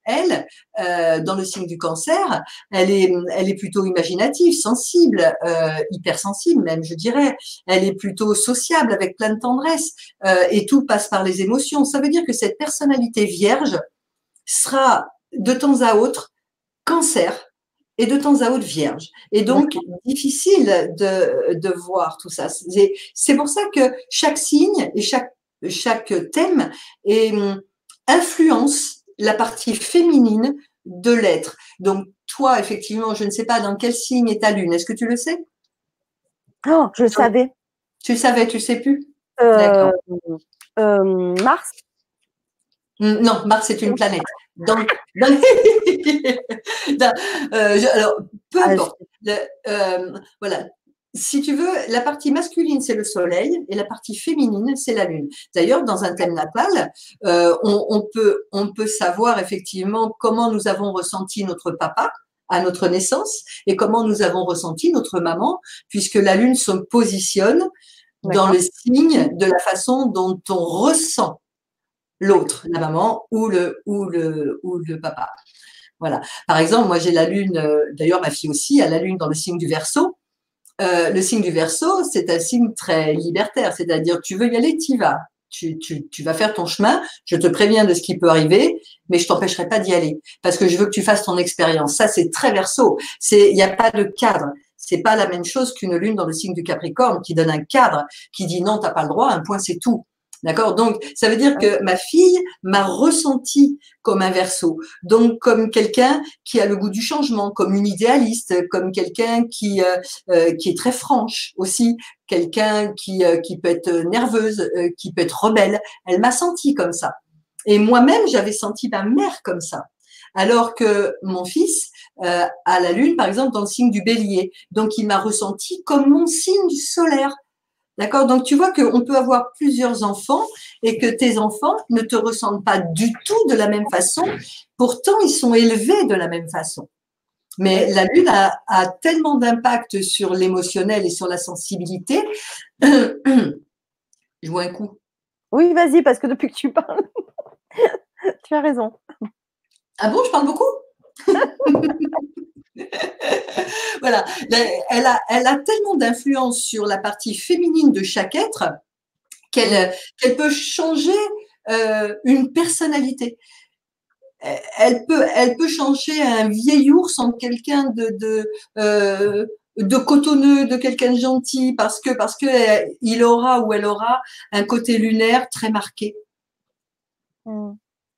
elle, euh, dans le signe du cancer, elle est, elle est plutôt imaginative, sensible, euh, hypersensible même, je dirais. Elle est plutôt sociable, avec plein de tendresse, euh, et tout passe par les émotions. Ça veut dire que cette personnalité vierge sera de temps à autre cancer et de temps à autre vierge. Et donc, difficile de, de voir tout ça. C'est, c'est pour ça que chaque signe et chaque, chaque thème est, influence la partie féminine de l'être. Donc, toi, effectivement, je ne sais pas dans quel signe est ta lune. Est-ce que tu le sais? Oh, je le savais. Tu le savais, tu ne sais plus? Euh, D'accord. Euh, Mars? Non, Mars c'est une planète. Donc, dans, dans, euh, je, alors, peu importe. Le, euh, voilà. Si tu veux, la partie masculine, c'est le soleil et la partie féminine, c'est la lune. D'ailleurs, dans un thème natal, euh, on, on, peut, on peut savoir effectivement comment nous avons ressenti notre papa à notre naissance et comment nous avons ressenti notre maman, puisque la lune se positionne dans le signe de la façon dont on ressent l'autre, la maman ou le, ou le, ou le papa. Voilà. Par exemple, moi j'ai la lune, euh, d'ailleurs ma fille aussi a la lune dans le signe du Verseau. Euh, le signe du Verseau, c'est un signe très libertaire, c'est-à-dire tu veux y aller, tu y vas. Tu, tu, tu vas faire ton chemin, je te préviens de ce qui peut arriver, mais je t'empêcherai pas d'y aller parce que je veux que tu fasses ton expérience. Ça, c'est très Verseau. C'est, il n'y a pas de cadre. C'est pas la même chose qu'une lune dans le signe du Capricorne qui donne un cadre, qui dit non, t'as pas le droit, un point, c'est tout. D'accord? Donc, ça veut dire que ma fille m'a ressenti comme un Verseau. Donc, comme quelqu'un qui a le goût du changement, comme une idéaliste, comme quelqu'un qui, euh, euh, qui est très franche aussi, quelqu'un qui, euh, qui peut être nerveuse, euh, qui peut être rebelle. Elle m'a senti comme ça. Et moi-même, j'avais senti ma mère comme ça. Alors que mon fils euh, a la lune, par exemple, dans le signe du Bélier. Donc, il m'a ressenti comme mon signe solaire. D'accord? Donc, tu vois qu'on peut avoir plusieurs enfants et que tes enfants ne te ressentent pas du tout de la même façon. Pourtant, ils sont élevés de la même façon. Mais la lune a, a tellement d'impact sur l'émotionnel et sur la sensibilité. Je vois un coup. Oui, vas-y, parce que depuis que tu parles, tu as raison. Ah bon, je parle beaucoup? Voilà, elle a, elle a tellement d'influence sur la partie féminine de chaque être qu'elle qu'elle peut changer euh, une personnalité. Elle peut, elle peut changer un vieil ours en quelqu'un de, de, euh, de cotonneux, de quelqu'un de gentil, parce que, parce que il aura ou elle aura un côté lunaire très marqué. Mmh.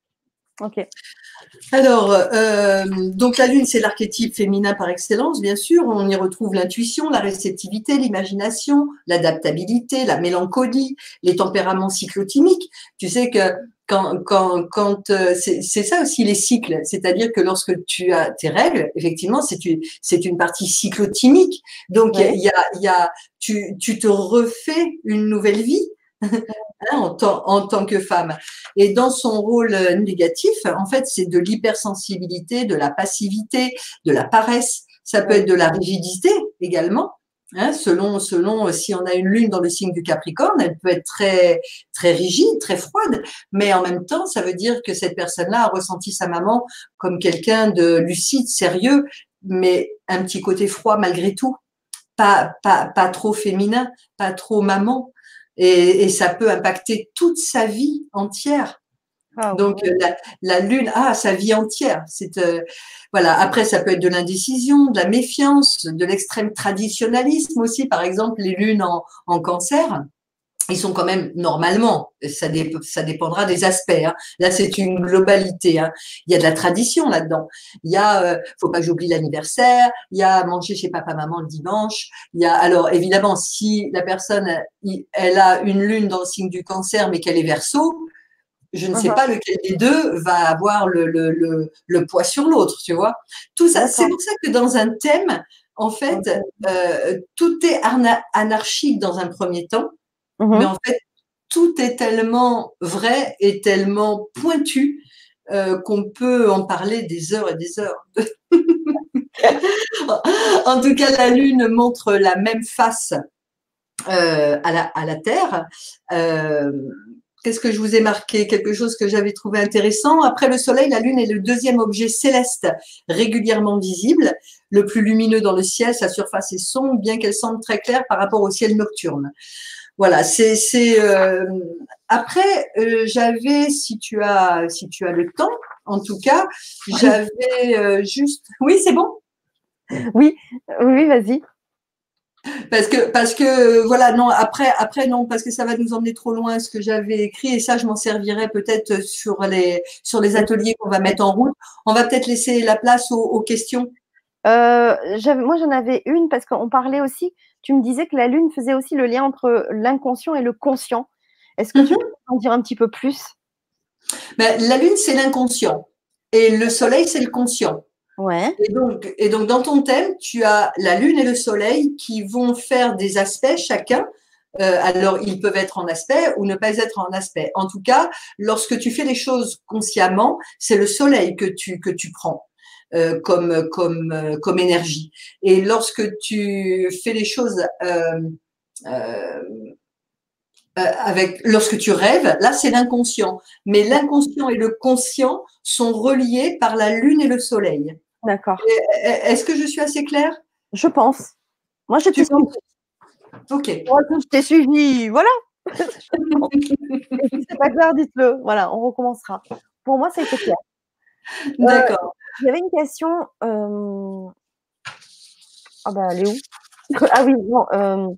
Ok. Alors, euh, donc la lune, c'est l'archétype féminin par excellence, bien sûr. On y retrouve l'intuition, la réceptivité, l'imagination, l'adaptabilité, la mélancolie, les tempéraments cyclotimiques. Tu sais que quand, quand, quand euh, c'est, c'est ça aussi les cycles, c'est-à-dire que lorsque tu as tes règles, effectivement, c'est une, c'est une partie cyclotimique. Donc, il oui. y a, il y a, tu, tu te refais une nouvelle vie. Hein, en, tant, en tant que femme. Et dans son rôle négatif, en fait, c'est de l'hypersensibilité, de la passivité, de la paresse. Ça peut être de la rigidité également. Hein, selon, selon si on a une lune dans le signe du Capricorne, elle peut être très, très rigide, très froide, mais en même temps, ça veut dire que cette personne-là a ressenti sa maman comme quelqu'un de lucide, sérieux, mais un petit côté froid malgré tout. Pas, pas, pas trop féminin, pas trop maman. Et, et ça peut impacter toute sa vie entière. Ah, donc ouais. la, la lune, ah, sa vie entière. C'est euh, voilà. Après, ça peut être de l'indécision, de la méfiance, de l'extrême traditionnalisme aussi. Par exemple, les lunes en, en cancer, ils sont quand même normalement, ça, dé, ça dépendra des aspects. Hein. Là, c'est une globalité. Hein. Il y a de la tradition là-dedans. Il y a, euh, faut pas que j'oublie l'anniversaire. Il y a manger chez papa maman le dimanche. Il y a, alors évidemment, si la personne, elle a une lune dans le signe du cancer, mais qu'elle est Verseau, je ne sais uh-huh. pas lequel des deux va avoir le, le, le, le poids sur l'autre. Tu vois. Tout ça, c'est pour ça que dans un thème, en fait, okay. euh, tout est anarchique dans un premier temps. Mmh. Mais en fait, tout est tellement vrai et tellement pointu euh, qu'on peut en parler des heures et des heures. En tout cas, la Lune montre la même face euh, à, la, à la Terre. Euh, qu'est-ce que je vous ai marqué? Quelque chose que j'avais trouvé intéressant. Après le Soleil, la Lune est le deuxième objet céleste régulièrement visible, le plus lumineux dans le ciel. Sa surface est sombre, bien qu'elle semble très claire par rapport au ciel nocturne. Voilà, c'est c'est euh, après euh, j'avais, si tu as si tu as le temps, en tout cas, j'avais euh, juste oui, c'est bon. Oui, oui, vas-y. Parce que parce que voilà, non, après après non, parce que ça va nous emmener trop loin ce que j'avais écrit, et ça je m'en servirai peut-être sur les sur les ateliers qu'on va mettre en route. On va peut-être laisser la place aux, aux questions. Euh, j'avais- moi, j'en avais une parce qu'on parlait aussi, tu me disais que la Lune faisait aussi le lien entre l'inconscient et le conscient. Est-ce que tu Mhm. peux en dire un petit peu plus? Ben, la Lune, c'est l'inconscient et le Soleil, c'est le conscient. Ouais, Et donc, et donc, dans ton thème, tu as la Lune et le Soleil qui vont faire des aspects chacun. Euh, alors, ils peuvent être en aspect ou ne pas être en aspect. En tout cas, lorsque tu fais les choses consciemment, c'est le Soleil que tu que tu prends euh, comme comme euh, comme énergie. Et lorsque tu fais les choses euh, euh, euh, avec lorsque tu rêves, là, c'est l'inconscient. Mais l'inconscient et le conscient sont reliés par la Lune et le Soleil. d'accord. Est-ce que je suis assez claire? Je pense. Moi, je t'ai Tu suivi. penses? Ok. Moi, je t'ai suivi. Voilà. Et si c'est pas clair, dites-le. Voilà, on recommencera. Pour moi, ça a été clair. Euh, D'accord. il y avait une question. euh, Ah bah, elle est où? Ah oui, non. euh,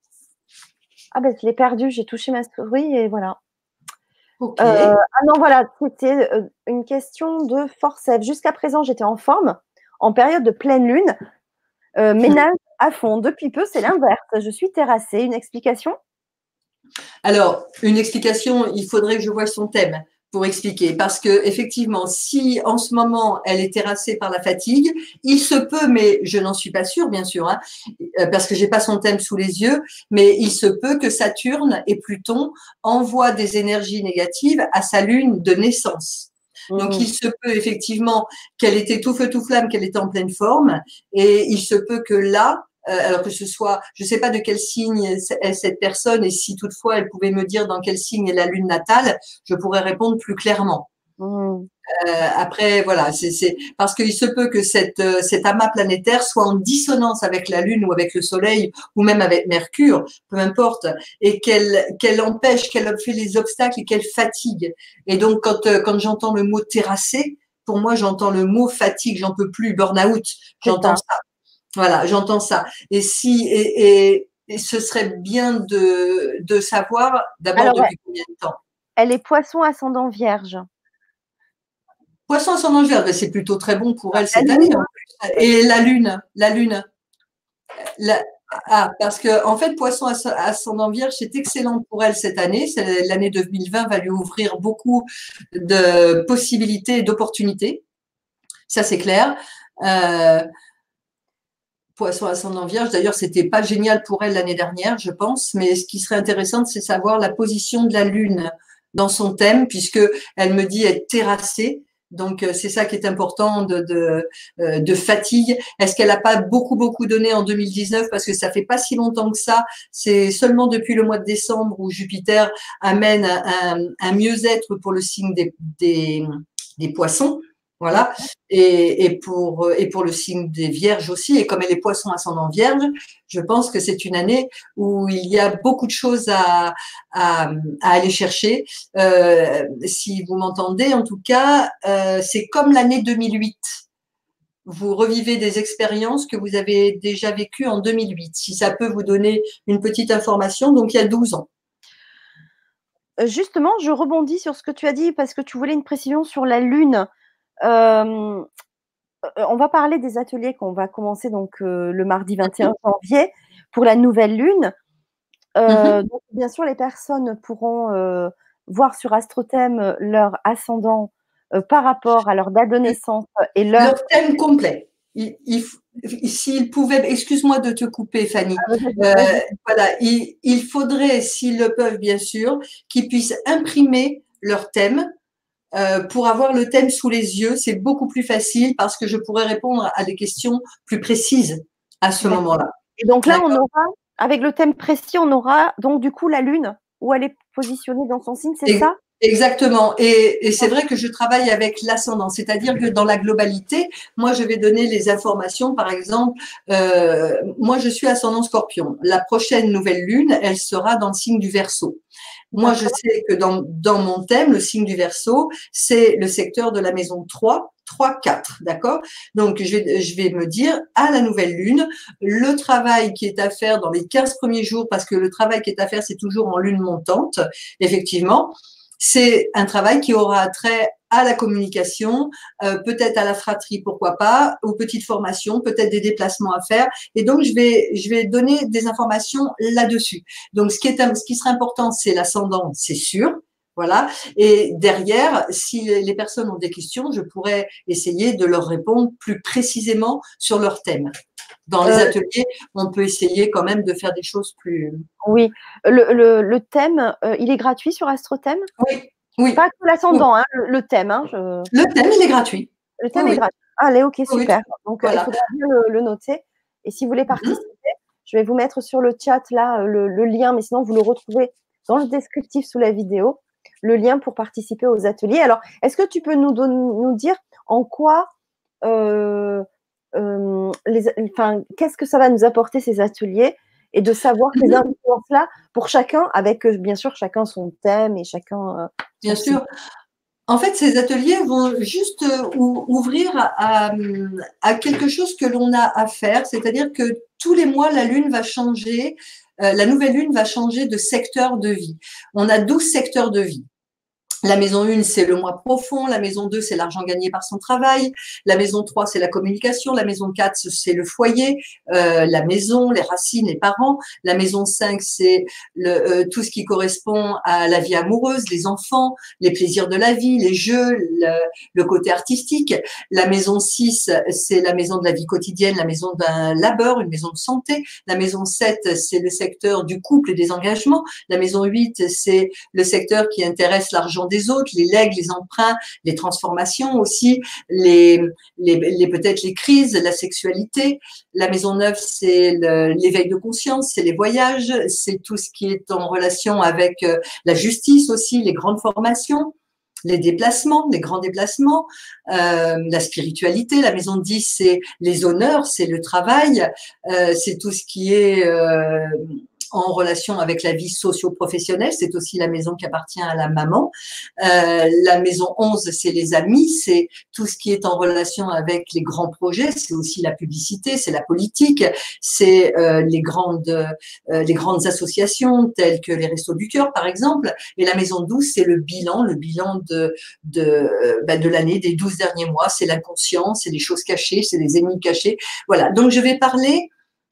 Ah ben, je l'ai perdue. J'ai touché ma souris et voilà. Ok. Euh, ah non, voilà, c'était euh, une question de forceps. Jusqu'à présent, j'étais en forme, en période de pleine lune. Euh, ménage à fond. Depuis peu, c'est l'inverse. Je suis terrassée. Une explication? Alors, une explication, il faudrait que je voie son thème pour expliquer. Parce que, effectivement, si en ce moment elle est terrassée par la fatigue, il se peut, mais je n'en suis pas sûre, bien sûr, hein, euh, parce que j'ai pas son thème sous les yeux, mais il se peut que Saturne et Pluton envoient des énergies négatives à sa lune de naissance. Donc, Mmh. il se peut effectivement qu'elle était tout feu, tout flamme, qu'elle était en pleine forme, et il se peut que là, euh, alors que ce soit, je ne sais pas de quel signe est cette personne, et si toutefois elle pouvait me dire dans quel signe est la lune natale, je pourrais répondre plus clairement. Mmh. Euh, après, voilà, c'est, c'est parce qu'il se peut que cette, euh, cet amas planétaire soit en dissonance avec la Lune ou avec le Soleil ou même avec Mercure, peu importe, et qu'elle qu'elle empêche, qu'elle fait les obstacles et qu'elle fatigue. Et donc, quand, euh, quand j'entends le mot terrasser, pour moi, j'entends le mot fatigue, j'en peux plus, burn-out, C'est j'entends ça. ça. Voilà, j'entends ça. Et si, et, et, et ce serait bien de, de savoir d'abord Alors, depuis combien de temps. elle est poisson ascendant vierge. Poisson ascendant Vierge, ben c'est plutôt très bon pour elle La cette année lune, en plus. Et la lune, la lune. La, ah, parce que en fait, Poisson ascendant Vierge, c'est excellent pour elle cette année. C'est, l'année deux mille vingt va lui ouvrir beaucoup de possibilités et d'opportunités. Ça, c'est clair. Euh, Poisson ascendant Vierge, d'ailleurs, c'était pas génial pour elle l'année dernière, je pense. Mais ce qui serait intéressant, c'est savoir la position de la lune dans son thème, puisque elle me dit être terrassée. Donc, c'est ça qui est important de, de, de fatigue. Est-ce qu'elle n'a pas beaucoup, beaucoup donné en deux mille dix-neuf? Parce que ça fait pas si longtemps que ça. C'est seulement depuis le mois de décembre où Jupiter amène un, un mieux-être pour le signe des, des, des poissons. Voilà. Et, et, pour, et pour le signe des vierges aussi. Et comme elle est poisson ascendant vierge, je pense que c'est une année où il y a beaucoup de choses à, à, à aller chercher. Euh, si vous m'entendez, en tout cas, euh, c'est comme l'année deux mille huit. Vous revivez des expériences que vous avez déjà vécues en deux mille huit. Si ça peut vous donner une petite information, donc il y a douze ans. Justement, je rebondis sur ce que tu as dit parce que tu voulais une précision sur la lune. Euh, on va parler des ateliers qu'on va commencer donc euh, le mardi vingt et un janvier pour la nouvelle lune. Euh, Mm-hmm. donc, bien sûr, les personnes pourront euh, voir sur AstroThème leur ascendant euh, par rapport à leur date de naissance et leur… Leur thème complet. Il, il, s'il pouvait, excuse-moi de te couper, Fanny. Euh, voilà, il, il faudrait, s'ils le peuvent, bien sûr, qu'ils puissent imprimer leur thème euh, pour avoir le thème sous les yeux. C'est beaucoup plus facile parce que je pourrais répondre à des questions plus précises à ce moment-là. Et donc là, on D'accord. aura, avec le thème précis, on aura donc du coup la lune où elle est positionnée dans son signe, c'est ça? Exactement. Et, et c'est vrai que je travaille avec l'ascendant, c'est-à-dire que dans la globalité, moi, je vais donner les informations. Par exemple, euh, moi, je suis ascendant Scorpion. La prochaine nouvelle lune, elle sera dans le signe du Verseau. Moi, je sais que dans, dans mon thème, le signe du Verseau, c'est le secteur de la maison trois, trois, quatre, d'accord? Donc, je vais, je vais me dire, à la nouvelle lune, le travail qui est à faire dans les quinze premiers jours, parce que le travail qui est à faire, c'est toujours en lune montante, effectivement, c'est un travail qui aura trait à la communication, euh, peut-être à la fratrie, pourquoi pas, aux petites formations, peut-être des déplacements à faire. Et donc, je vais, je vais donner des informations là-dessus. Donc, ce qui est, ce qui serait important, c'est l'ascendant, c'est sûr. Voilà. Et derrière, si les personnes ont des questions, je pourrais essayer de leur répondre plus précisément sur leur thème. Dans les ateliers, on peut essayer quand même de faire des choses plus… Oui. Le, le, le thème, euh, il est gratuit sur AstroThème? Oui. Oui. Pas que l'ascendant, oui. hein, le, le thème. Hein, je… Le thème, il est gratuit. Le thème oui, est oui. gratuit. Allez, ok, super. Oui, Donc, voilà. il faudra bien le, le noter. Et si vous voulez participer, mmh. je vais vous mettre sur le chat là le, le lien, mais sinon, vous le retrouvez dans le descriptif sous la vidéo, le lien pour participer aux ateliers. Alors, est-ce que tu peux nous, donner, nous dire en quoi, euh, euh, les, enfin, qu'est-ce que ça va nous apporter ces ateliers et de savoir ces mmh. influences-là pour chacun, avec bien sûr chacun son thème et chacun. Euh, bien sûr. Thème. En fait, ces ateliers vont juste ouvrir à, à quelque chose que l'on a à faire, c'est-à-dire que tous les mois, la Lune va changer, euh, la nouvelle Lune va changer de secteur de vie. On a douze secteurs de vie. La maison un, c'est le moi profond. La maison deux, c'est l'argent gagné par son travail. La maison trois, c'est la communication. La maison quatre, c'est le foyer, euh, la maison, les racines, les parents. La maison cinq, c'est le, euh, tout ce qui correspond à la vie amoureuse, les enfants, les plaisirs de la vie, les jeux, le, le côté artistique. La maison six, c'est la maison de la vie quotidienne, la maison d'un labeur, une maison de santé. La maison sept, c'est le secteur du couple et des engagements. La maison huit, c'est le secteur qui intéresse l'argent des autres, les legs, les emprunts, les transformations aussi, les, les, les peut-être les crises, la sexualité. La maison neuf, c'est l'éveil de conscience, c'est les voyages, c'est tout ce qui est en relation avec la justice aussi, les grandes formations, les déplacements, les grands déplacements, euh, la spiritualité. La maison dix, c'est les honneurs, c'est le travail, euh, c'est tout ce qui est… Euh, en relation avec la vie socio-professionnelle, c'est aussi la maison qui appartient à la maman. Euh, la maison onze, c'est les amis, c'est tout ce qui est en relation avec les grands projets, c'est aussi la publicité, c'est la politique, c'est euh, les grandes euh, les grandes associations telles que les Restos du Cœur, par exemple. Et la maison douze, c'est le bilan, le bilan de de euh, bah, de l'année, des douze derniers mois, c'est l'inconscient, c'est les choses cachées, c'est les ennemis cachés. Voilà. Donc je vais parler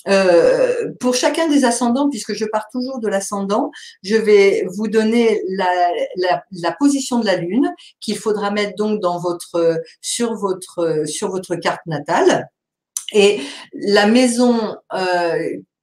Euh, pour chacun des ascendants, puisque je pars toujours de l'ascendant, je vais vous donner la, la, la position de la Lune qu'il faudra mettre donc dans votre, sur, votre, sur votre carte natale. Et la maison euh,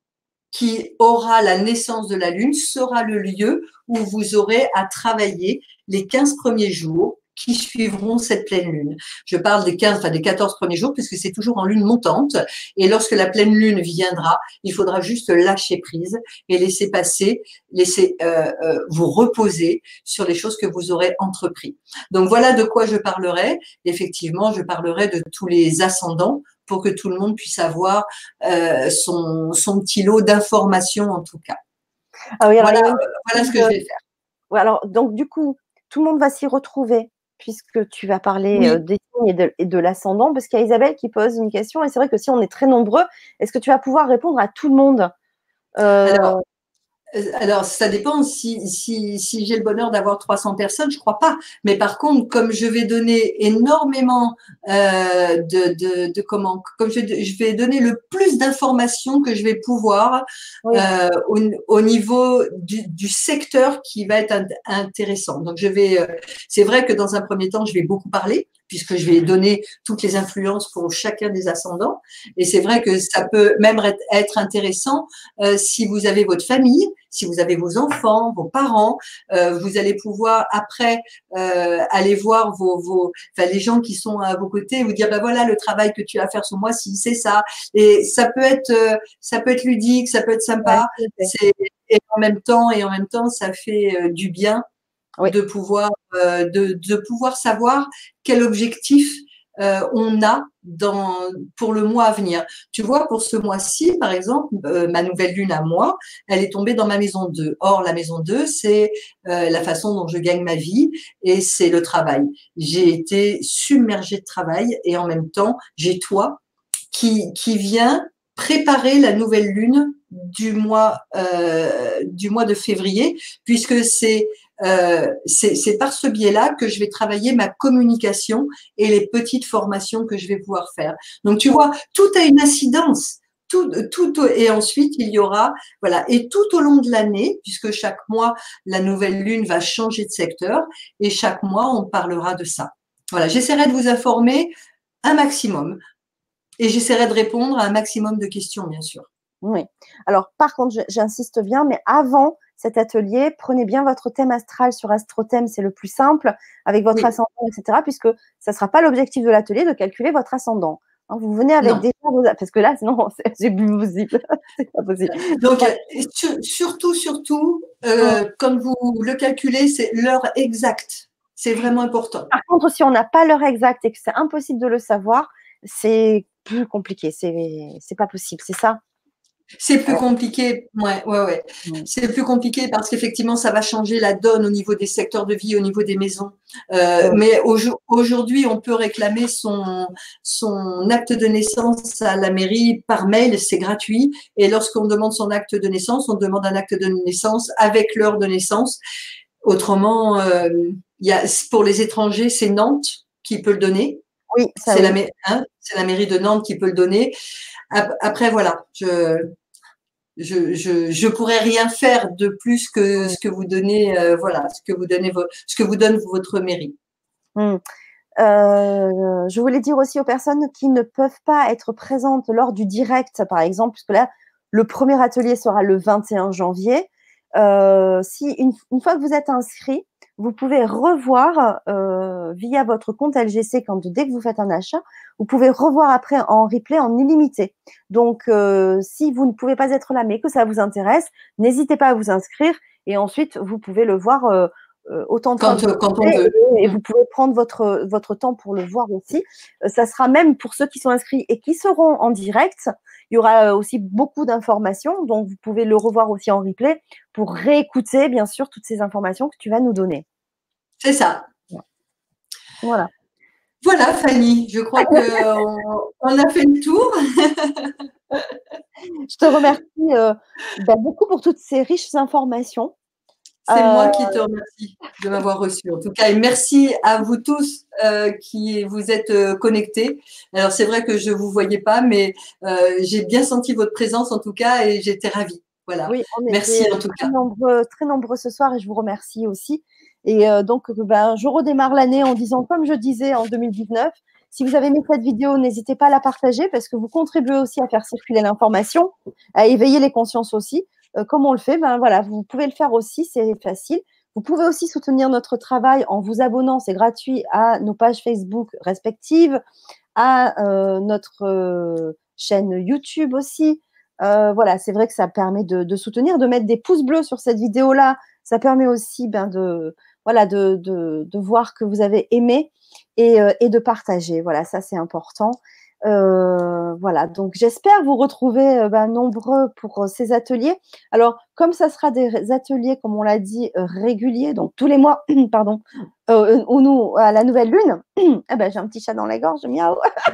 qui aura la naissance de la Lune sera le lieu où vous aurez à travailler les quinze premiers jours qui suivront cette pleine lune. Je parle des quinze, enfin des quatorze premiers jours, puisque c'est toujours en lune montante. Et lorsque la pleine lune viendra, il faudra juste lâcher prise et laisser passer, laisser euh, euh, vous reposer sur les choses que vous aurez entrepris. Donc voilà de quoi je parlerai. Effectivement, je parlerai de tous les ascendants pour que tout le monde puisse avoir euh, son, son petit lot d'informations en tout cas. Ah oui, alors voilà, une... euh, voilà ce que je vais faire. Alors, donc du coup, tout le monde va s'y retrouver puisque tu vas parler oui. des signes et de, et de l'ascendant, parce qu'il y a Isabelle qui pose une question, et c'est vrai que si on est très nombreux, est-ce que tu vas pouvoir répondre à tout le monde? euh... Alors, alors, ça dépend. Si, si, si j'ai le bonheur d'avoir trois cents personnes, je crois pas. Mais par contre, comme je vais donner énormément euh, de, de, de comment, comme je, je vais donner le plus d'informations que je vais pouvoir oui. euh, au, au niveau du, du secteur qui va être intéressant. Donc, je vais. Euh, c'est vrai que dans un premier temps, je vais beaucoup parler, puisque je vais donner toutes les influences pour chacun des ascendants. Et c'est vrai que ça peut même être intéressant euh, si vous avez votre famille, si vous avez vos enfants, vos parents, euh, vous allez pouvoir après euh, aller voir vos, vos, enfin, les gens qui sont à vos côtés et vous dire, ben voilà, le travail que tu as à faire ce mois-ci, c'est ça. Et ça peut être, euh, ça peut être ludique, ça peut être sympa. Ouais, c'est et en même temps, et en même temps, ça fait euh, du bien Oui. de pouvoir, euh, de, de pouvoir savoir quel objectif euh, on a dans, pour le mois à venir. Tu vois, pour ce mois-ci, par exemple, euh, ma nouvelle lune à moi, elle est tombée dans ma maison deux. Or, la maison deux, c'est euh, la façon dont je gagne ma vie et c'est le travail. J'ai été submergée de travail et en même temps, j'ai toi qui, qui vient préparer la nouvelle lune du mois, euh, du mois de février, puisque c'est euh, c'est par ce biais-là que je vais travailler ma communication et les petites formations que je vais pouvoir faire. Donc, tu vois, tout a une incidence. Tout, tout, et ensuite, il y aura, voilà, et tout au long de l'année, puisque chaque mois, la nouvelle lune va changer de secteur, et chaque mois, on parlera de ça. Voilà, j'essaierai de vous informer un maximum. Et j'essaierai de répondre à un maximum de questions, bien sûr. Oui. Alors, par contre, j'insiste bien, mais avant cet atelier, prenez bien votre thème astral sur AstroThème, c'est le plus simple, avec votre oui. ascendant, et cetera, puisque ça ne sera pas l'objectif de l'atelier de calculer votre ascendant. Hein, vous venez avec non. des vos... Parce que là, sinon, c'est plus possible. C'est pas possible. Donc, ouais. sur, surtout, surtout, euh, ouais. quand vous le calculez, c'est l'heure exacte. C'est vraiment important. Par contre, si on n'a pas l'heure exacte et que c'est impossible de le savoir, c'est plus compliqué. C'est pas possible, c'est ça? C'est plus compliqué, ouais, ouais, ouais. Mmh. C'est plus compliqué parce qu'effectivement, ça va changer la donne au niveau des secteurs de vie, au niveau des maisons. Euh, mmh. Mais au, aujourd'hui, on peut réclamer son, son acte de naissance à la mairie par mail, c'est gratuit. Et lorsqu'on demande son acte de naissance, on demande un acte de naissance avec l'heure de naissance. Autrement, euh, y a, pour les étrangers, c'est Nantes qui peut le donner. Oui, c'est oui. la, hein, la mairie de Nantes qui peut le donner. Après, voilà, je je, je je pourrais rien faire de plus que ce que vous donnez, euh, voilà, ce que vous donnez, ce que vous donne votre mairie. Mmh. Euh, je voulais dire aussi aux personnes qui ne peuvent pas être présentes lors du direct, par exemple, puisque là, le premier atelier sera le vingt et un janvier. Euh, si une, une fois que vous êtes inscrit, vous pouvez revoir euh, via votre compte L G C, quand dès que vous faites un achat, vous pouvez revoir après en replay en illimité. Donc, euh, si vous ne pouvez pas être là, mais que ça vous intéresse, n'hésitez pas à vous inscrire et ensuite, vous pouvez le voir euh, euh, autant de quand, fois que quand vous on veut. Et, et vous pouvez prendre votre, votre temps pour le voir aussi. Euh, ça sera même pour ceux qui sont inscrits et qui seront en direct. Il y aura aussi beaucoup d'informations, donc vous pouvez le revoir aussi en replay pour réécouter, bien sûr, toutes ces informations que tu vas nous donner. C'est ça. Voilà. Voilà, Fanny, je crois qu'on on a fait le tour. Je te remercie euh, bah, beaucoup pour toutes ces riches informations. C'est euh... moi qui te remercie de m'avoir reçu, en tout cas. Et merci à vous tous euh, qui vous êtes euh, connectés. Alors, c'est vrai que je ne vous voyais pas, mais euh, j'ai bien senti votre présence, en tout cas, et j'étais ravie. Voilà. Oui, on merci, était en tout très cas. Nombreux, très nombreux ce soir et je vous remercie aussi. Et euh, donc, ben, je redémarre l'année en disant, comme je disais en deux mille dix-neuf, si vous avez aimé cette vidéo, n'hésitez pas à la partager parce que vous contribuez aussi à faire circuler l'information, à éveiller les consciences aussi. Euh, comme on le fait, ben voilà, vous pouvez le faire aussi, c'est facile. Vous pouvez aussi soutenir notre travail en vous abonnant, c'est gratuit, à nos pages Facebook respectives, à euh, notre euh, chaîne YouTube aussi. Euh, voilà, c'est vrai que ça permet de, de soutenir, de mettre des pouces bleus sur cette vidéo-là. Ça permet aussi ben, de, voilà, de, de, de voir que vous avez aimé et, euh, et de partager. Voilà, ça c'est important. Euh, voilà, donc j'espère vous retrouver euh, ben, nombreux pour euh, ces ateliers. Alors, comme ça sera des ateliers, comme on l'a dit, euh, réguliers, donc tous les mois, pardon, euh, ou nous, à la nouvelle lune, eh ben, j'ai un petit chat dans la gorge, miaou.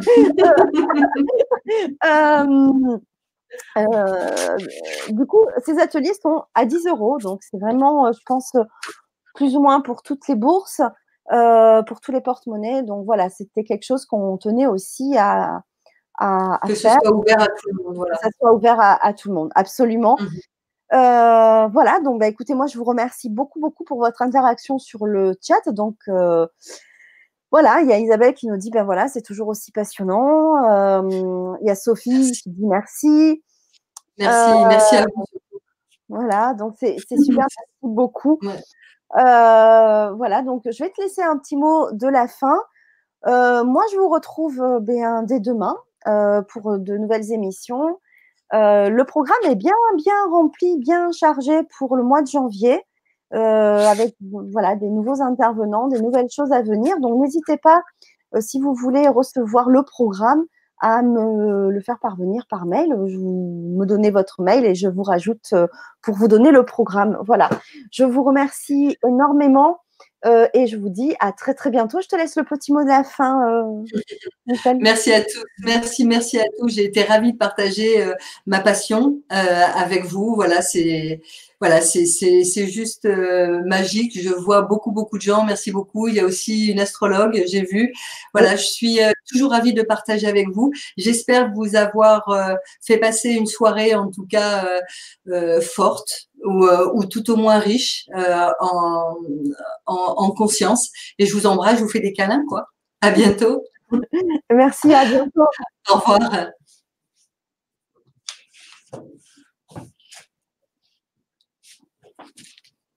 euh, euh, du coup, ces ateliers sont à dix euros, donc c'est vraiment, je pense, plus ou moins pour toutes les bourses. Euh, pour tous les porte-monnaies. Donc voilà, c'était quelque chose qu'on tenait aussi à, à, à que faire. ce soit ouvert à tout le monde. Voilà. Que ça soit ouvert à, à tout le monde, absolument. Mmh. Euh, voilà, donc bah, écoutez, moi je vous remercie beaucoup, beaucoup pour votre interaction sur le chat. Donc euh, voilà, il y a Isabelle qui nous dit, ben voilà, c'est toujours aussi passionnant. Euh, il y a Sophie merci. Qui dit merci. Merci, euh, merci à vous. Voilà, donc c'est super, merci beaucoup. Ouais. Euh, voilà, donc je vais te laisser un petit mot de la fin. Euh, moi, je vous retrouve euh, ben, dès demain euh, pour de nouvelles émissions. Euh, le programme est bien, bien rempli, bien chargé pour le mois de janvier, euh, avec voilà, des nouveaux intervenants, des nouvelles choses à venir. Donc, n'hésitez pas, euh, si vous voulez recevoir le programme, à me le faire parvenir par mail. Je vous, me donnez votre mail et je vous rajoute euh, pour vous donner le programme. Voilà. Je vous remercie énormément euh, et je vous dis à très, très bientôt. Je te laisse le petit mot de la fin, euh, Michel. Merci à tous. Merci, merci à tous. J'ai été ravie de partager euh, ma passion euh, avec vous. Voilà, c'est voilà, c'est c'est c'est juste euh, magique. Je vois beaucoup beaucoup de gens. Merci beaucoup. Il y a aussi une astrologue, j'ai vu. Voilà, je suis euh, toujours ravie de partager avec vous. J'espère vous avoir euh, fait passer une soirée, en tout cas euh, euh, forte ou, euh, ou tout au moins riche euh, en, en en conscience. Et je vous embrasse. Je vous fais des câlins, quoi. À bientôt. Merci, à bientôt. Au revoir.